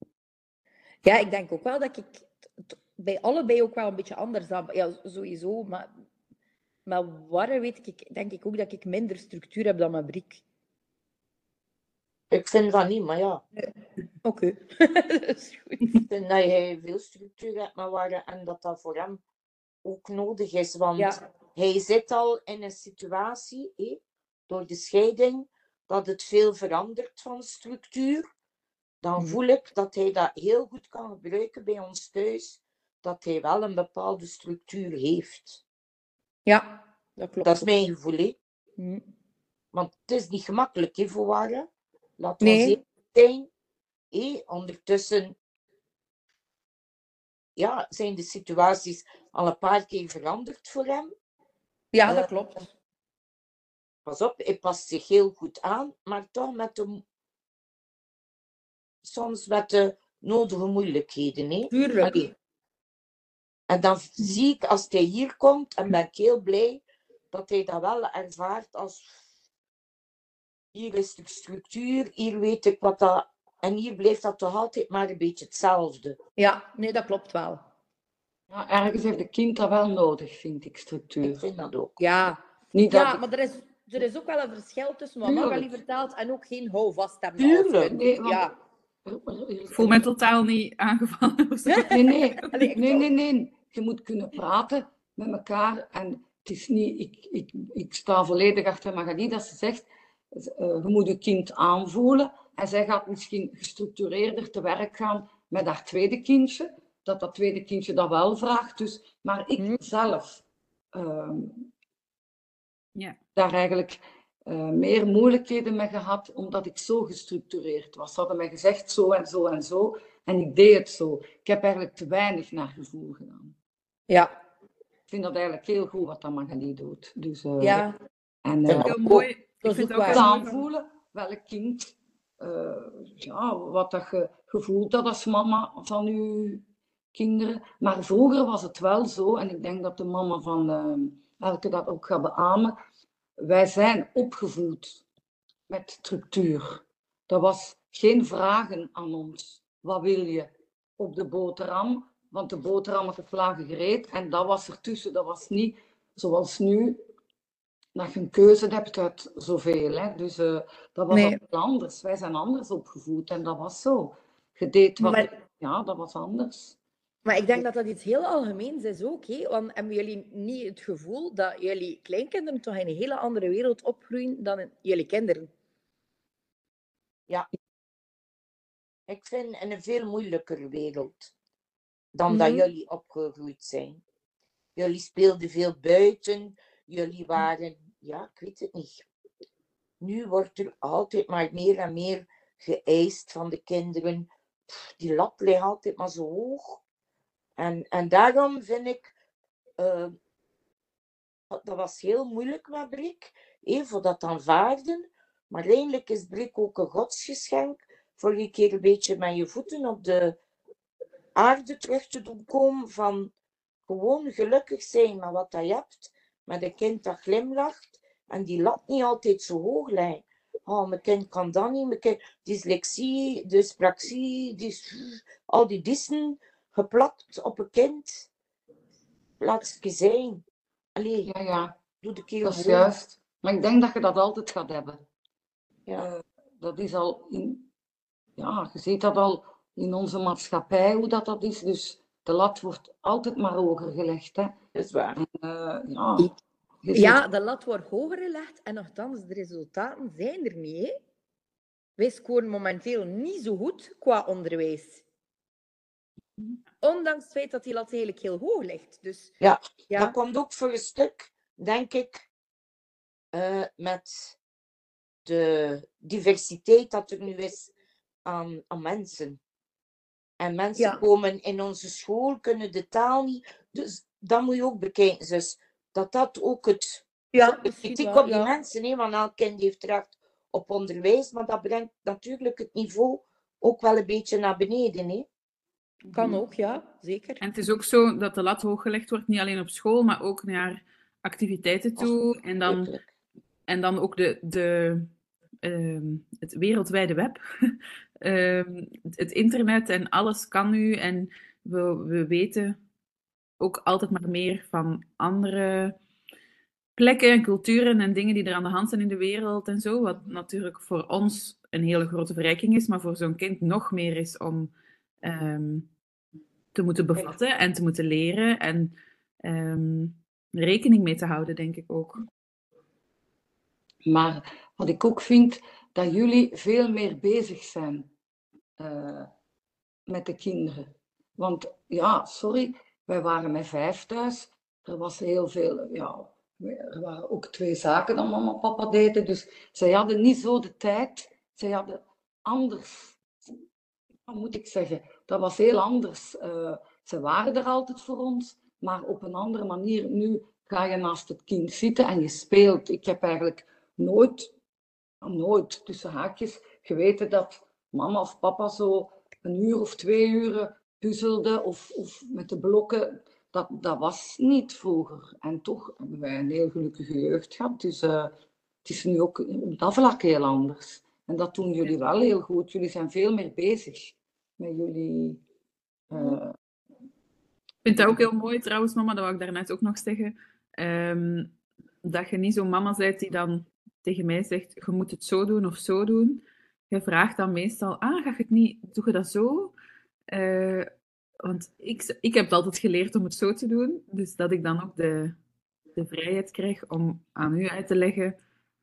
Ja, ik denk ook wel dat ik t- bij allebei ook wel een beetje anders dan... Ja, sowieso, maar... Maar waar weet ik, denk ik ook dat ik minder structuur heb dan mijn Brik. Ik vind dat niet, maar ja. Oké, okay. Dat is goed. Ik vind dat hij veel structuur hebt, maar waar, en dat dat voor hem ook nodig is. Want Ja. hij zit al in een situatie, hé, door de scheiding, dat het veel verandert van structuur. Dan voel ik dat hij dat heel goed kan gebruiken bij ons thuis. Dat hij wel een bepaalde structuur heeft. Ja, dat klopt. Dat is mijn gevoel, hè. Mm. Want het is niet gemakkelijk, hè, voor waar. Laten we Nee. eerlijk zijn. Hé, ondertussen ja, zijn de situaties al een paar keer veranderd voor hem. Ja, dat Uh, klopt. Pas op, hij past zich heel goed aan, maar toch met de, soms met de nodige moeilijkheden. Hè? Tuurlijk. Allee. En dan zie ik, als hij hier komt, en ben ik heel blij dat hij dat wel ervaart als hier is de structuur, hier weet ik wat dat En hier blijft dat toch altijd maar een beetje hetzelfde. Ja, nee, dat klopt wel. Ja, ergens heeft een kind dat wel nodig, vind ik, structuur. Ik vind dat ook. Ja, Niet dat ja ik- maar er is, er is ook wel een verschil tussen wat Magali Tuurlijk. vertelt en ook geen houvast hebben. Tuurlijk. Nee, want- Ja. Ik voel mij totaal niet aangevallen. Of zo. Nee, nee. Allee, ik Nee, toch. nee, nee. Je moet kunnen praten met elkaar. En het is niet... Ik, ik, ik sta volledig achter Magali dat ze zegt... eh, je moet je kind aanvoelen. En zij gaat misschien gestructureerder te werk gaan met haar tweede kindje. Dat dat tweede kindje dat wel vraagt. Dus, maar ik Hm. zelf... ehm, Ja. daar eigenlijk eh, meer moeilijkheden mee gehad, omdat ik zo gestructureerd was. Ze hadden mij gezegd zo en zo en zo. En ik deed het zo. Ik heb eigenlijk te weinig naar gevoel gedaan. Ja, Ik vind dat eigenlijk heel goed wat dat Magali doet. Dus, eh, ja. en vind eh, dat Heel mooi. Ik Dat is vind ook het ook waar. heel mooi van- aanvoelen welk kind, eh, ja, wat dat je gevoeld had als mama van je kinderen. Maar vroeger was het wel zo, en ik denk dat de mama van eh, Elke dat ook gaat beamen. Wij zijn opgevoed met structuur. Er was geen vragen aan ons. Wat wil je op de boterham? Want de boterhammen lagen gereed en dat was ertussen. Dat was niet zoals nu, dat je een keuze hebt uit zoveel. Hè. Dus uh, dat was Nee. anders. Wij zijn anders opgevoed en dat was zo. Je deed wat... Maar- Ja, dat was anders. Maar ik denk dat dat iets heel algemeens is ook. Hè? Want hebben jullie niet het gevoel dat jullie kleinkinderen toch in een hele andere wereld opgroeien dan jullie kinderen? Ik vind in een veel moeilijker wereld dan dat Mhm. jullie opgegroeid zijn. Jullie speelden veel buiten. Jullie waren, ja, ik weet het niet. Nu wordt er altijd maar meer en meer geëist van de kinderen. Pff, die lat ligt altijd maar zo hoog. En, en daarom vind ik, uh, dat was heel moeilijk met Brik, eh, voor dat aanvaarden. Maar eigenlijk is Brik ook een godsgeschenk voor je keer een beetje met je voeten op de aarde terug te doen komen van gewoon gelukkig zijn met wat dat je hebt, met een kind dat glimlacht en die lat niet altijd zo hoog lijkt. Oh, mijn kind kan dat niet, mijn kind, dyslexie, dyspraxie, dys, al die dissen geplakt op een kind. Laat het zijn. Allee, Ja, ja, doe de keer dat is gewoon. juist. Maar ik denk dat je dat altijd gaat hebben. Ja. Uh, dat is al in... Ja, je ziet dat al in onze maatschappij, hoe dat, dat is. Dus de lat wordt altijd maar hoger gelegd. Hè. Dat is waar. En, uh, ja, je Ja, ziet... de lat wordt hoger gelegd en nogthans, de resultaten zijn er niet. Hè? Wij scoren momenteel niet zo goed qua onderwijs. Ondanks het feit dat die lat eigenlijk heel hoog ligt. Dus, Ja, ja. dat komt ook voor een stuk, denk ik, uh, met de diversiteit dat er nu is aan, aan mensen. En mensen Ja. komen in onze school, kunnen de taal niet. Dus dat moet je ook bekijken. Dus dat dat ook het... Ja, de misschien kritiek wel, op die ja. mensen, hè, want elk kind heeft recht op onderwijs, maar dat brengt natuurlijk het niveau ook wel een beetje naar beneden. Hè. Kan ook, ja, zeker. En het is ook zo dat de lat hooggelegd wordt, niet alleen op school, maar ook naar activiteiten toe. En dan, Natuurlijk. en dan ook de, de, uh, het wereldwijde web. uh, het internet en alles kan nu. En we, we weten ook altijd maar meer van andere plekken en culturen en dingen die er aan de hand zijn in de wereld en zo. Wat natuurlijk voor ons een hele grote verrijking is, maar voor zo'n kind nog meer is om um, te moeten bevatten en te moeten leren en um, rekening mee te houden, denk ik ook. Maar wat ik ook vind, dat jullie veel meer bezig zijn uh, met de kinderen. Want ja, sorry, wij waren met vijf thuis. Er was heel veel, ja, er waren ook twee zaken dat mama en papa deden. Dus zij hadden niet zo de tijd. Zij hadden anders, wat moet ik zeggen, dat was heel anders. Uh, ze waren er altijd voor ons, maar op een andere manier. Nu ga je naast het kind zitten en je speelt. Ik heb eigenlijk nooit, nooit tussen haakjes geweten dat mama of papa zo een uur of twee uren puzzelde of, of met de blokken. Dat, dat was niet vroeger. En toch hebben wij een heel gelukkige jeugd gehad. Dus uh, het is nu ook op dat vlak heel anders. En dat doen jullie wel heel goed. Jullie zijn veel meer bezig met jullie... Uh... Ik vind dat ook heel mooi trouwens, mama, dat wou ik daarnet ook nog zeggen. Um, dat je niet zo'n mama bent die dan tegen mij zegt, je moet het zo doen of zo doen. Je vraagt dan meestal, ah, ga je het niet, doe je dat zo? Uh, want ik, ik heb het altijd geleerd om het zo te doen. Dus dat ik dan ook de, de vrijheid krijg om aan u uit te leggen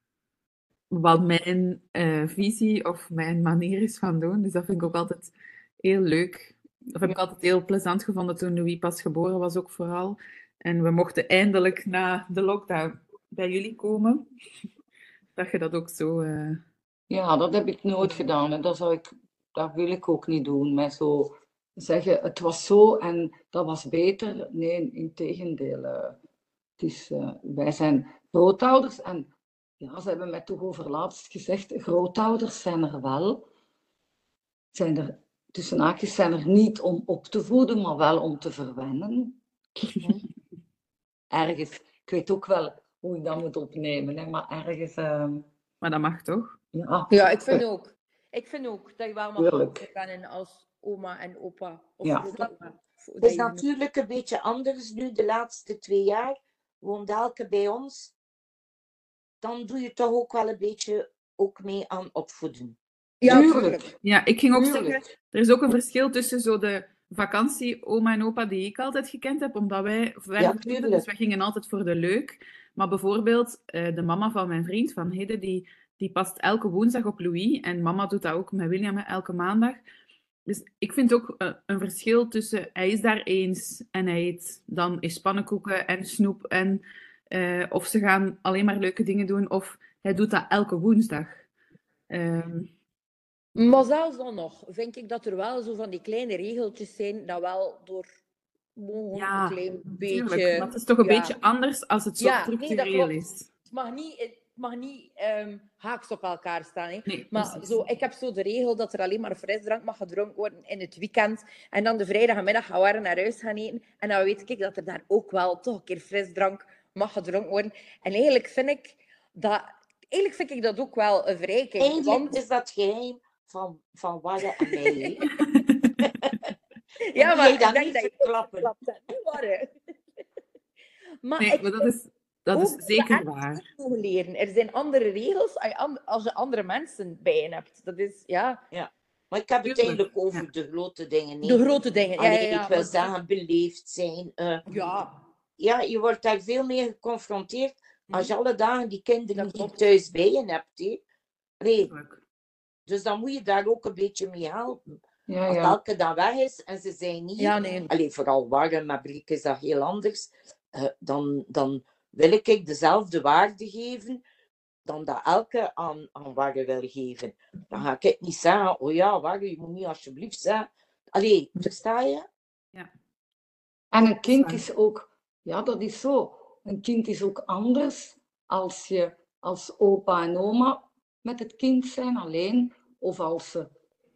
wat mijn uh, visie of mijn manier is van doen. Dus dat vind ik ook altijd heel leuk. Dat heb ik altijd heel plezant gevonden toen Louis pas geboren was, ook vooral. En we mochten eindelijk na de lockdown bij jullie komen. Dat je dat ook zo... Uh... Ja, dat heb ik nooit gedaan. En dat, zou ik, dat wil ik ook niet doen. Met zo zeggen, het was zo en dat was beter. Nee, integendeel. Uh, het is, uh, wij zijn grootouders en ja, ze hebben mij toch overlaatst gezegd, grootouders zijn er wel. Zijn er, tussen haakjes, zijn er niet om op te voeden, maar wel om te verwennen. Ergens, ik weet ook wel hoe ik dat moet opnemen, hè, maar ergens... Uh... Maar dat mag toch? Ja, ja ik, vind ook, ik vind ook dat je wel mag verwennen als oma en opa. Of ja. oma. Het is natuurlijk een beetje anders nu, de laatste twee jaar. Woont elke bij ons. Dan doe je toch ook wel een beetje ook mee aan opvoeden. Ja, tuurlijk. Ja, ik ging ook tuurlijk. zeggen, er is ook een verschil tussen zo de vakantie oma en opa die ik altijd gekend heb, omdat wij ver ja, vliegen, dus wij gingen altijd voor de leuk. Maar bijvoorbeeld uh, de mama van mijn vriend, van Hidde, die, die past elke woensdag op Louis en mama doet dat ook met William elke maandag. Dus ik vind ook uh, een verschil tussen, hij is daar eens en hij eet dan is pannenkoeken en snoep en uh, of ze gaan alleen maar leuke dingen doen of hij doet dat elke woensdag. Um, Maar zelfs dan nog, vind ik dat er wel zo van die kleine regeltjes zijn, dat wel door ja, een klein beetje... Tuurlijk, maar het is toch een ja. beetje anders als het zo ja, structureel nee, is. Het mag niet, het mag niet um, haaks op elkaar staan. Hè. Nee, maar zo, ik heb zo de regel dat er alleen maar frisdrank mag gedronken worden in het weekend. En dan de vrijdagmiddag gaan we naar huis gaan eten. En dan weet ik dat er daar ook wel toch een keer frisdrank mag gedronken worden. En eigenlijk vind ik dat, eigenlijk vind ik dat ook wel een verrijking. Eigenlijk want... is dat geheim van, van Warre en mij. Ja, maar ik denk dat niet je klappen. maar, nee, ik maar dat is, dat is zeker waar. Leren. Er zijn andere regels als je andere mensen bij je hebt. Dat is, ja... ja. Maar ik heb het eigenlijk over ja. de grote dingen. Nee. De grote dingen, ja, ja, ja. Ik wil zeggen, beleefd zijn. Uh, ja. Ja, je wordt daar veel mee geconfronteerd als je alle dagen die kinderen dat niet thuis bij je hebt. Hè. Nee. Dus dan moet je daar ook een beetje mee helpen. Ja, als ja. elke dag weg is en ze zijn niet... Ja, nee. Allee, vooral warm, maar Briek is dat heel anders. Uh, dan, dan wil ik dezelfde waarde geven dan dat elke aan, aan Warre wil geven. Dan ga ik niet zeggen, oh ja, Warre, je moet niet alsjeblieft zeggen. Allee, versta je? Ja. En een kind is ook... Ja, dat is zo. Een kind is ook anders als je als opa en oma met het kind zijn alleen, of als ze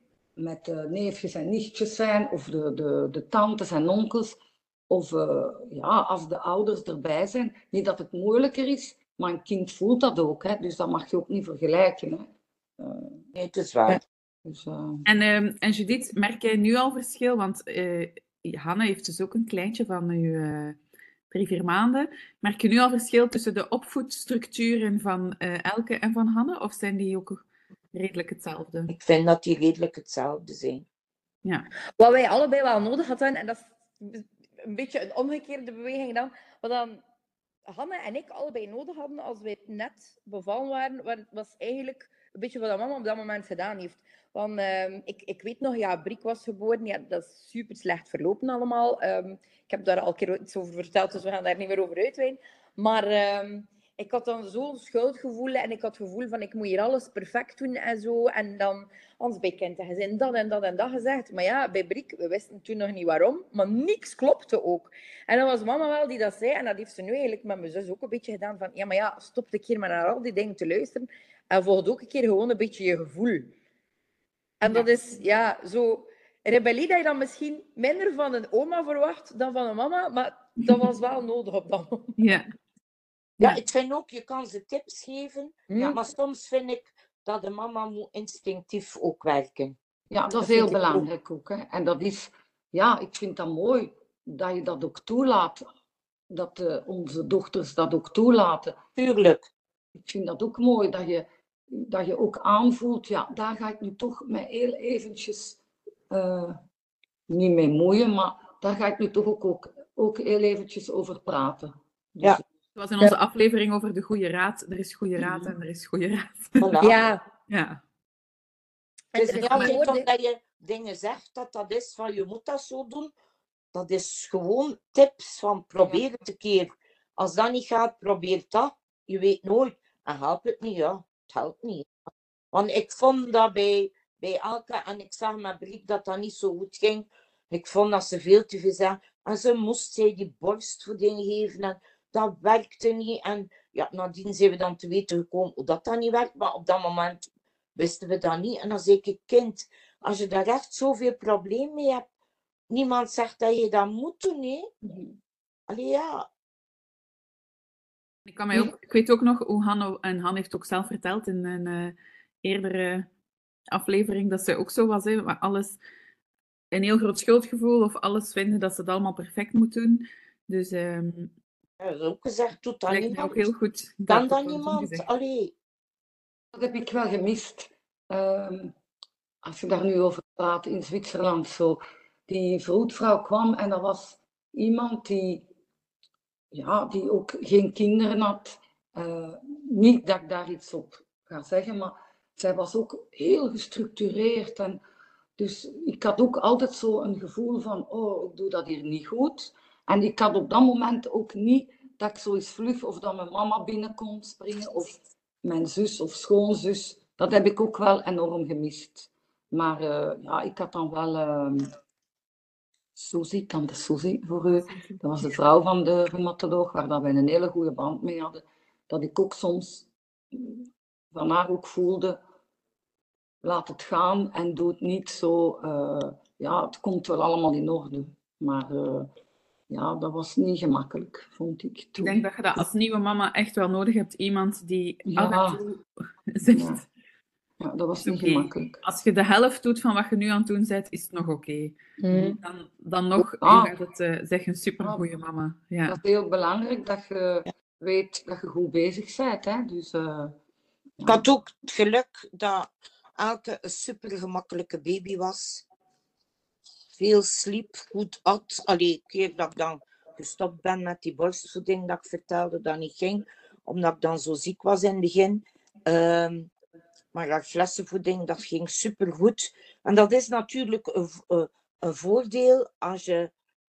met de neefjes en nichtjes zijn, of de, de, de tantes en onkels, of uh, ja, als de ouders erbij zijn. Niet dat het moeilijker is, maar een kind voelt dat ook, hè? Dus dat mag je ook niet vergelijken. Hè? Uh, nee, het is waar. Dus, uh... en, uh, en Judith, merk jij nu al verschil? Want uh, Hanne heeft dus ook een kleintje van nu uh, drie, vier maanden. Merk je nu al verschil tussen de opvoedstructuren van uh, Elke en van Hanne? Of zijn die ook redelijk hetzelfde? Ik vind dat die redelijk hetzelfde zijn. Ja. Wat wij allebei wel nodig hadden, en dat is een beetje een omgekeerde beweging dan, wat dan Hanne en ik allebei nodig hadden als wij net bevallen waren, was eigenlijk een beetje wat mama op dat moment gedaan heeft. Want uh, ik, ik weet nog, ja, Briek was geboren, ja, dat is super slecht verlopen allemaal. Um, ik heb daar al een keer iets over verteld, dus we gaan daar niet meer over uitweiden. Maar um, ik had dan zo'n schuldgevoel en ik had het gevoel van ik moet hier alles perfect doen en zo. En dan, ons bij kind en gezin, dat en dat en dat gezegd. Maar ja, bij Briek, we wisten toen nog niet waarom, maar niks klopte ook. En dan was mama wel die dat zei, en dat heeft ze nu eigenlijk met mijn zus ook een beetje gedaan van, ja, maar ja, stop een keer maar naar al die dingen te luisteren en volg ook een keer gewoon een beetje je gevoel. En dat is, ja, zo... Rebellie dat je dan misschien minder van een oma verwacht dan van een mama, maar dat was wel nodig op dat moment. Ja. Ja, ik vind ook, je kan ze tips geven, ja. Maar soms vind ik dat de mama moet instinctief ook werken. Ja, dat Dat is vind heel ik ook. belangrijk ook. Hè. En dat is, ja, ik vind dat mooi dat je dat ook toelaat. Dat eh, onze dochters dat ook toelaten. Tuurlijk. Ik vind dat ook mooi dat je, dat je ook aanvoelt, ja, daar ga ik nu toch me heel eventjes eh, niet mee moeien, maar daar ga ik nu toch ook, ook, ook heel eventjes over praten. Dus, Ja. Zoals in onze aflevering over de goede raad. Er is goede raad en er is goede raad. Voilà. Ja, Ja. Het is en niet maar- altijd woorden- omdat je dingen zegt dat dat is van je moet dat zo doen. Dat is gewoon tips van probeer het een keer. Als dat niet gaat, probeer dat. Je weet nooit. En helpt het niet, ja. Het helpt niet. Want ik vond dat bij, bij Alka, en ik zag met Brik dat dat niet zo goed ging. Ik vond dat ze veel te veel zei. En ze moest zij die borstvoeding geven. En dat werkte niet. En ja, nadien zijn we dan te weten gekomen hoe dat dan niet werkt. Maar op dat moment wisten we dat niet. En dan zei ik, kind, als je daar echt zoveel problemen mee hebt, niemand zegt dat je dat moet doen, hè? Allee, ja. Ik, kan mij ook, ik weet ook nog hoe Han, en Han heeft ook zelf verteld in een eh, eerdere aflevering, dat ze ook zo was, hè, maar alles, een heel groot schuldgevoel of alles vinden dat ze het allemaal perfect moet doen. Dus ehm Er is ook gezegd, doet dat lijkt mij niemand. ook heel goed. Kan dat dat wordt niemand? gezegd. Allee. dat heb ik wel gemist. Ehm, als je daar nu over praat in Zwitserland, zo. Die vroedvrouw kwam en dat was iemand die, ja, die ook geen kinderen had. Uh, niet dat ik daar iets op ga zeggen, maar zij was ook heel gestructureerd. En dus ik had ook altijd zo een gevoel van, oh, ik doe dat hier niet goed. En ik had op dat moment ook niet dat ik zo eens vlug of dat mijn mama binnenkomt springen of mijn zus of schoonzus. Dat heb ik ook wel enorm gemist. Maar uh, ja, ik had dan wel uh, Suzy, tante Suzy voor u. Dat was de vrouw van de reumatoloog, waar dat wij een hele goede band mee hadden. Dat ik ook soms van haar ook voelde, laat het gaan en doe het niet zo. Uh, ja, het komt wel allemaal in orde. Maar uh, ja, dat was niet gemakkelijk, vond ik toen. Ik denk dat je dat als nieuwe mama echt wel nodig hebt. Iemand die Ja. af en toe zegt... Ja. Ja, dat was is niet oké. gemakkelijk. Als je de helft doet van wat je nu aan het doen bent, is het nog oké. Okay. Mm. Dan, dan nog Ah. gaat het uh, zeggen, supergoeie mama. Ja. Dat is heel belangrijk dat je weet dat je goed bezig bent. Hè? Dus, uh, ja. Ik had ook het geluk dat Elke een super gemakkelijke baby was. Veel sliep, goed at. Allee, een keer dat ik dan gestopt ben met die borstvoeding dat ik vertelde dat niet ging, omdat ik dan zo ziek was in het begin. Um, maar dat flessenvoeding, dat ging super goed. En dat is natuurlijk een, een, een voordeel als je,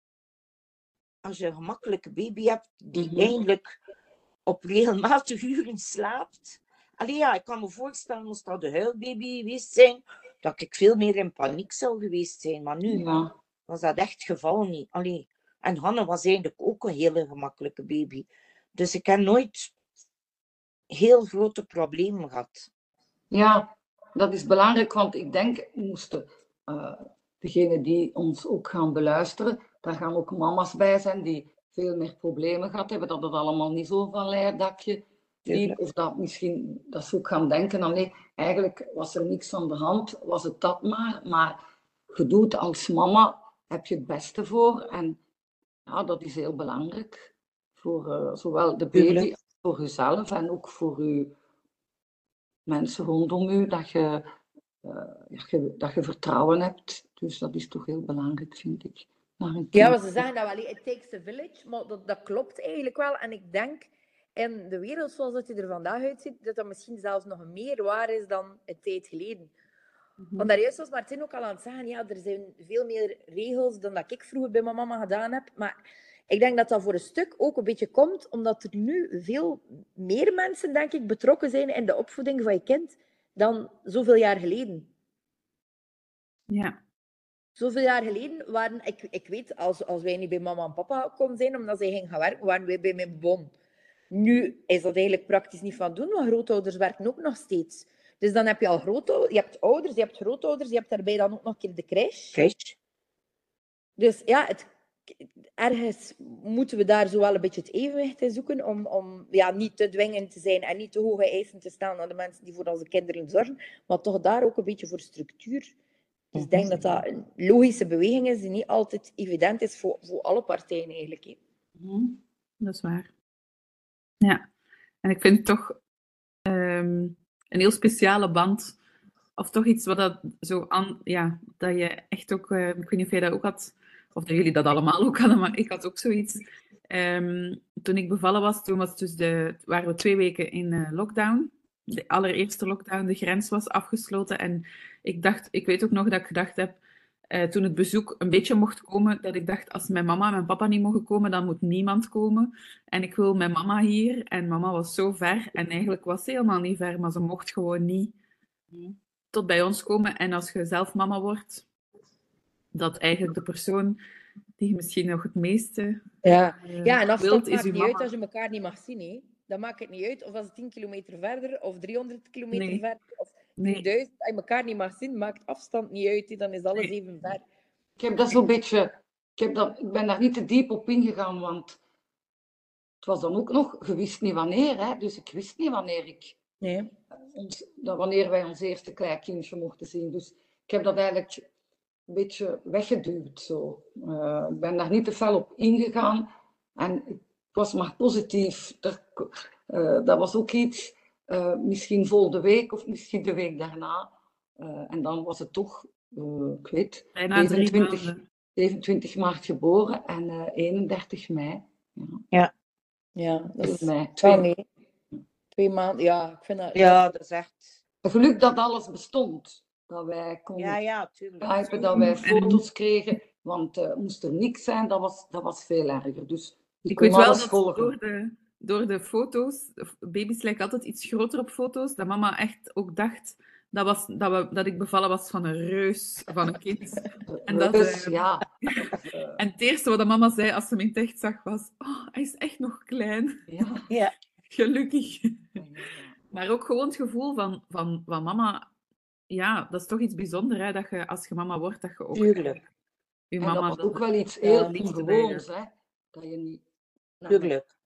als je een gemakkelijke baby hebt die mm-hmm. eigenlijk op regelmatige uren slaapt. Allee ja, ik kan me voorstellen, als dat de huilbaby geweest zijn, dat ik veel meer in paniek zou geweest zijn. Maar nu ja. was dat echt het geval niet. Allee. En Hanne was eigenlijk ook een hele gemakkelijke baby. Dus ik heb nooit heel grote problemen gehad. Ja, dat is belangrijk, want ik denk, moesten uh, degenen die ons ook gaan beluisteren, daar gaan ook mama's bij zijn die veel meer problemen gehad hebben, dat het allemaal niet zo van leidakje liep, of dat misschien, dat ze ook gaan denken, dan nee, eigenlijk was er niks aan de hand, was het dat maar, maar je doet als mama, heb je het beste voor en ja, dat is heel belangrijk voor uh, zowel de baby als voor jezelf en ook voor je mensen rondom u, dat je, uh, dat je vertrouwen hebt. Dus dat is toch heel belangrijk, vind ik. Ja, maar ze zeggen dat wel, it takes a village, maar dat, dat klopt eigenlijk wel. En ik denk, in de wereld zoals dat je er vandaag uitziet, dat dat misschien zelfs nog meer waar is dan een tijd geleden. Mm-hmm. Want daar juist was Martin ook al aan het zeggen, ja, er zijn veel meer regels dan dat ik vroeger bij mijn mama gedaan heb. Maar ik denk dat dat voor een stuk ook een beetje komt, omdat er nu veel meer mensen, denk ik, betrokken zijn in de opvoeding van je kind dan zoveel jaar geleden. Ja. Zoveel jaar geleden waren, ik, ik weet, als, als wij niet bij mama en papa konden zijn, omdat zij gingen gaan werken, waren wij bij mijn bon. Nu is dat eigenlijk praktisch niet van doen, want grootouders werken ook nog steeds. Dus dan heb je al grootouders, je hebt ouders, je hebt grootouders, je hebt daarbij dan ook nog een keer de crash. Crash. Dus ja, het ergens moeten we daar zo wel een beetje het evenwicht in zoeken om, om ja, niet te dwingend te zijn en niet te hoge eisen te stellen aan de mensen die voor onze kinderen zorgen, maar toch daar ook een beetje voor structuur. Dus ik denk dat dat een logische beweging is die niet altijd evident is voor, voor alle partijen eigenlijk. Hè. Mm, dat is waar. Ja, en ik vind het toch um, een heel speciale band, of toch iets wat dat zo aan, ja, dat je echt ook, uh, ik weet niet of jij dat ook had, of dat jullie dat allemaal ook hadden, maar ik had ook zoiets. Um, toen ik bevallen was, toen was dus de, waren we twee weken in uh, lockdown. De allereerste lockdown, de grens was afgesloten. En ik dacht, ik weet ook nog dat ik gedacht heb, uh, toen het bezoek een beetje mocht komen, dat ik dacht, als mijn mama en mijn papa niet mogen komen, dan moet niemand komen. En ik wil mijn mama hier. En mama was zo ver. En eigenlijk was ze helemaal niet ver, maar ze mocht gewoon niet tot bij ons komen. En als je zelf mama wordt, dat eigenlijk de persoon die je misschien nog het meeste ja. uh, ja, en afstand wilt, is maakt je niet mama. uit als je elkaar niet mag zien. Hè. Dat maakt het niet uit of als het tien kilometer verder of driehonderd kilometer Nee. verder of Nee. tienduizend. Als je elkaar niet mag zien, maakt afstand niet uit. Hè. Dan is alles Nee. even ver. Ik heb dat zo'n beetje... Ik, heb dat, ik ben daar niet te diep op ingegaan, want het was dan ook nog... Je wist niet wanneer, hè. Dus ik wist niet wanneer ik... Nee. Ons, dat wanneer wij ons eerste kleinkindje mochten zien. Dus ik heb dat eigenlijk een beetje weggeduwd. Zo. Uh, ik ben daar niet te fel op ingegaan. En ik was maar positief. Er, uh, dat was ook iets, uh, misschien volgende week of misschien de week daarna. Uh, en dan was het toch, uh, ik weet, zevenentwintig, zevenentwintig maart geboren en uh, eenendertig mei. Ja, ja. ja dat is mei. twee, nee. twee maanden. Ja, ik vind dat... Ja, dat is echt... Geluk dat alles bestond. Dat wij konden ja, ja, tuurlijk. begrijpen, dat wij foto's kregen. Want uh, moest er niks zijn, dat was, dat was veel erger. Dus ik, ik weet wel dat volgen. door de, door de foto's, baby's lijken altijd iets groter op foto's, dat mama echt ook dacht dat, was, dat, we, dat ik bevallen was van een reus, van een kind. En, dat, dus, uh, ja. En het eerste wat de mama zei als ze me in het echt zag was, oh, hij is echt nog klein. Ja. Ja. Gelukkig. Maar ook gewoon het gevoel van, van, van mama, ja, dat is toch iets bijzonders, hè, dat je als je mama wordt, dat je ook... Tuurlijk. Je en mama, dat was ook wel iets heel uh, ongewoons, hè. Dat je niet... Tuurlijk.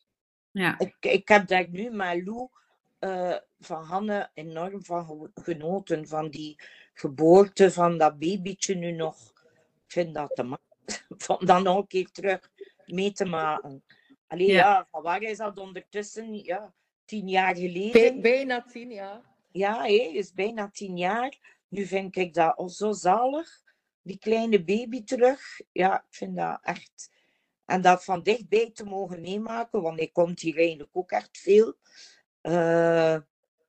Ja. Ik, ik heb daar nu met Lou uh, van Hanne enorm van genoten, van die geboorte van dat babytje nu nog. Ik vind dat te maken. Van dan nog een keer terug mee te maken. Allee, ja, ja van waar is dat ondertussen? Ja, tien jaar geleden. Bij, bijna tien, ja. Ja, hé, is bijna tien jaar. Nu vind ik dat zo zalig. Die kleine baby terug. Ja, ik vind dat echt... En dat van dichtbij te mogen meemaken, want hij komt hier eigenlijk ook echt veel. Uh,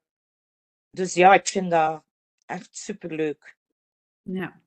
dus ja, ik vind dat echt superleuk. Ja.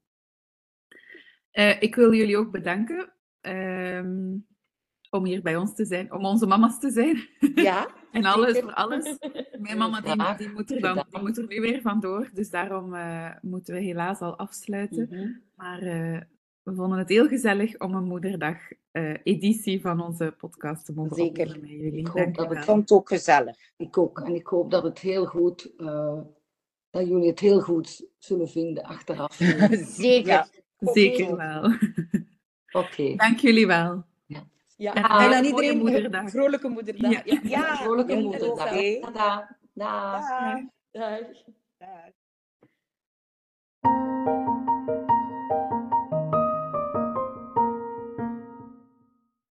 Uh, ik wil jullie ook bedanken um, om hier bij ons te zijn, om onze mama's te zijn. Ja. En alles voor alles. Mijn mama die, die, moet er dan, die moet er nu weer vandoor, dus daarom uh, moeten we helaas al afsluiten. Mm-hmm. Maar uh, we vonden het heel gezellig om een moederdag-editie uh, van onze podcast te mogen Zeker. opnemen met jullie. Ik hoop dat ik vond het ook gezellig. Ik ook. En ik hoop dat het heel goed, uh, dat jullie het heel goed zullen vinden achteraf. Zeker. Ja. Zeker wel. Oké. Okay. Dank jullie wel. Ja. Ja. En, en aan iedereen moederdag. vrolijke moederdag. Ja, ja. ja. vrolijke ja. moederdag. Okay. Dag. Dag. Dag. Dag. Dag.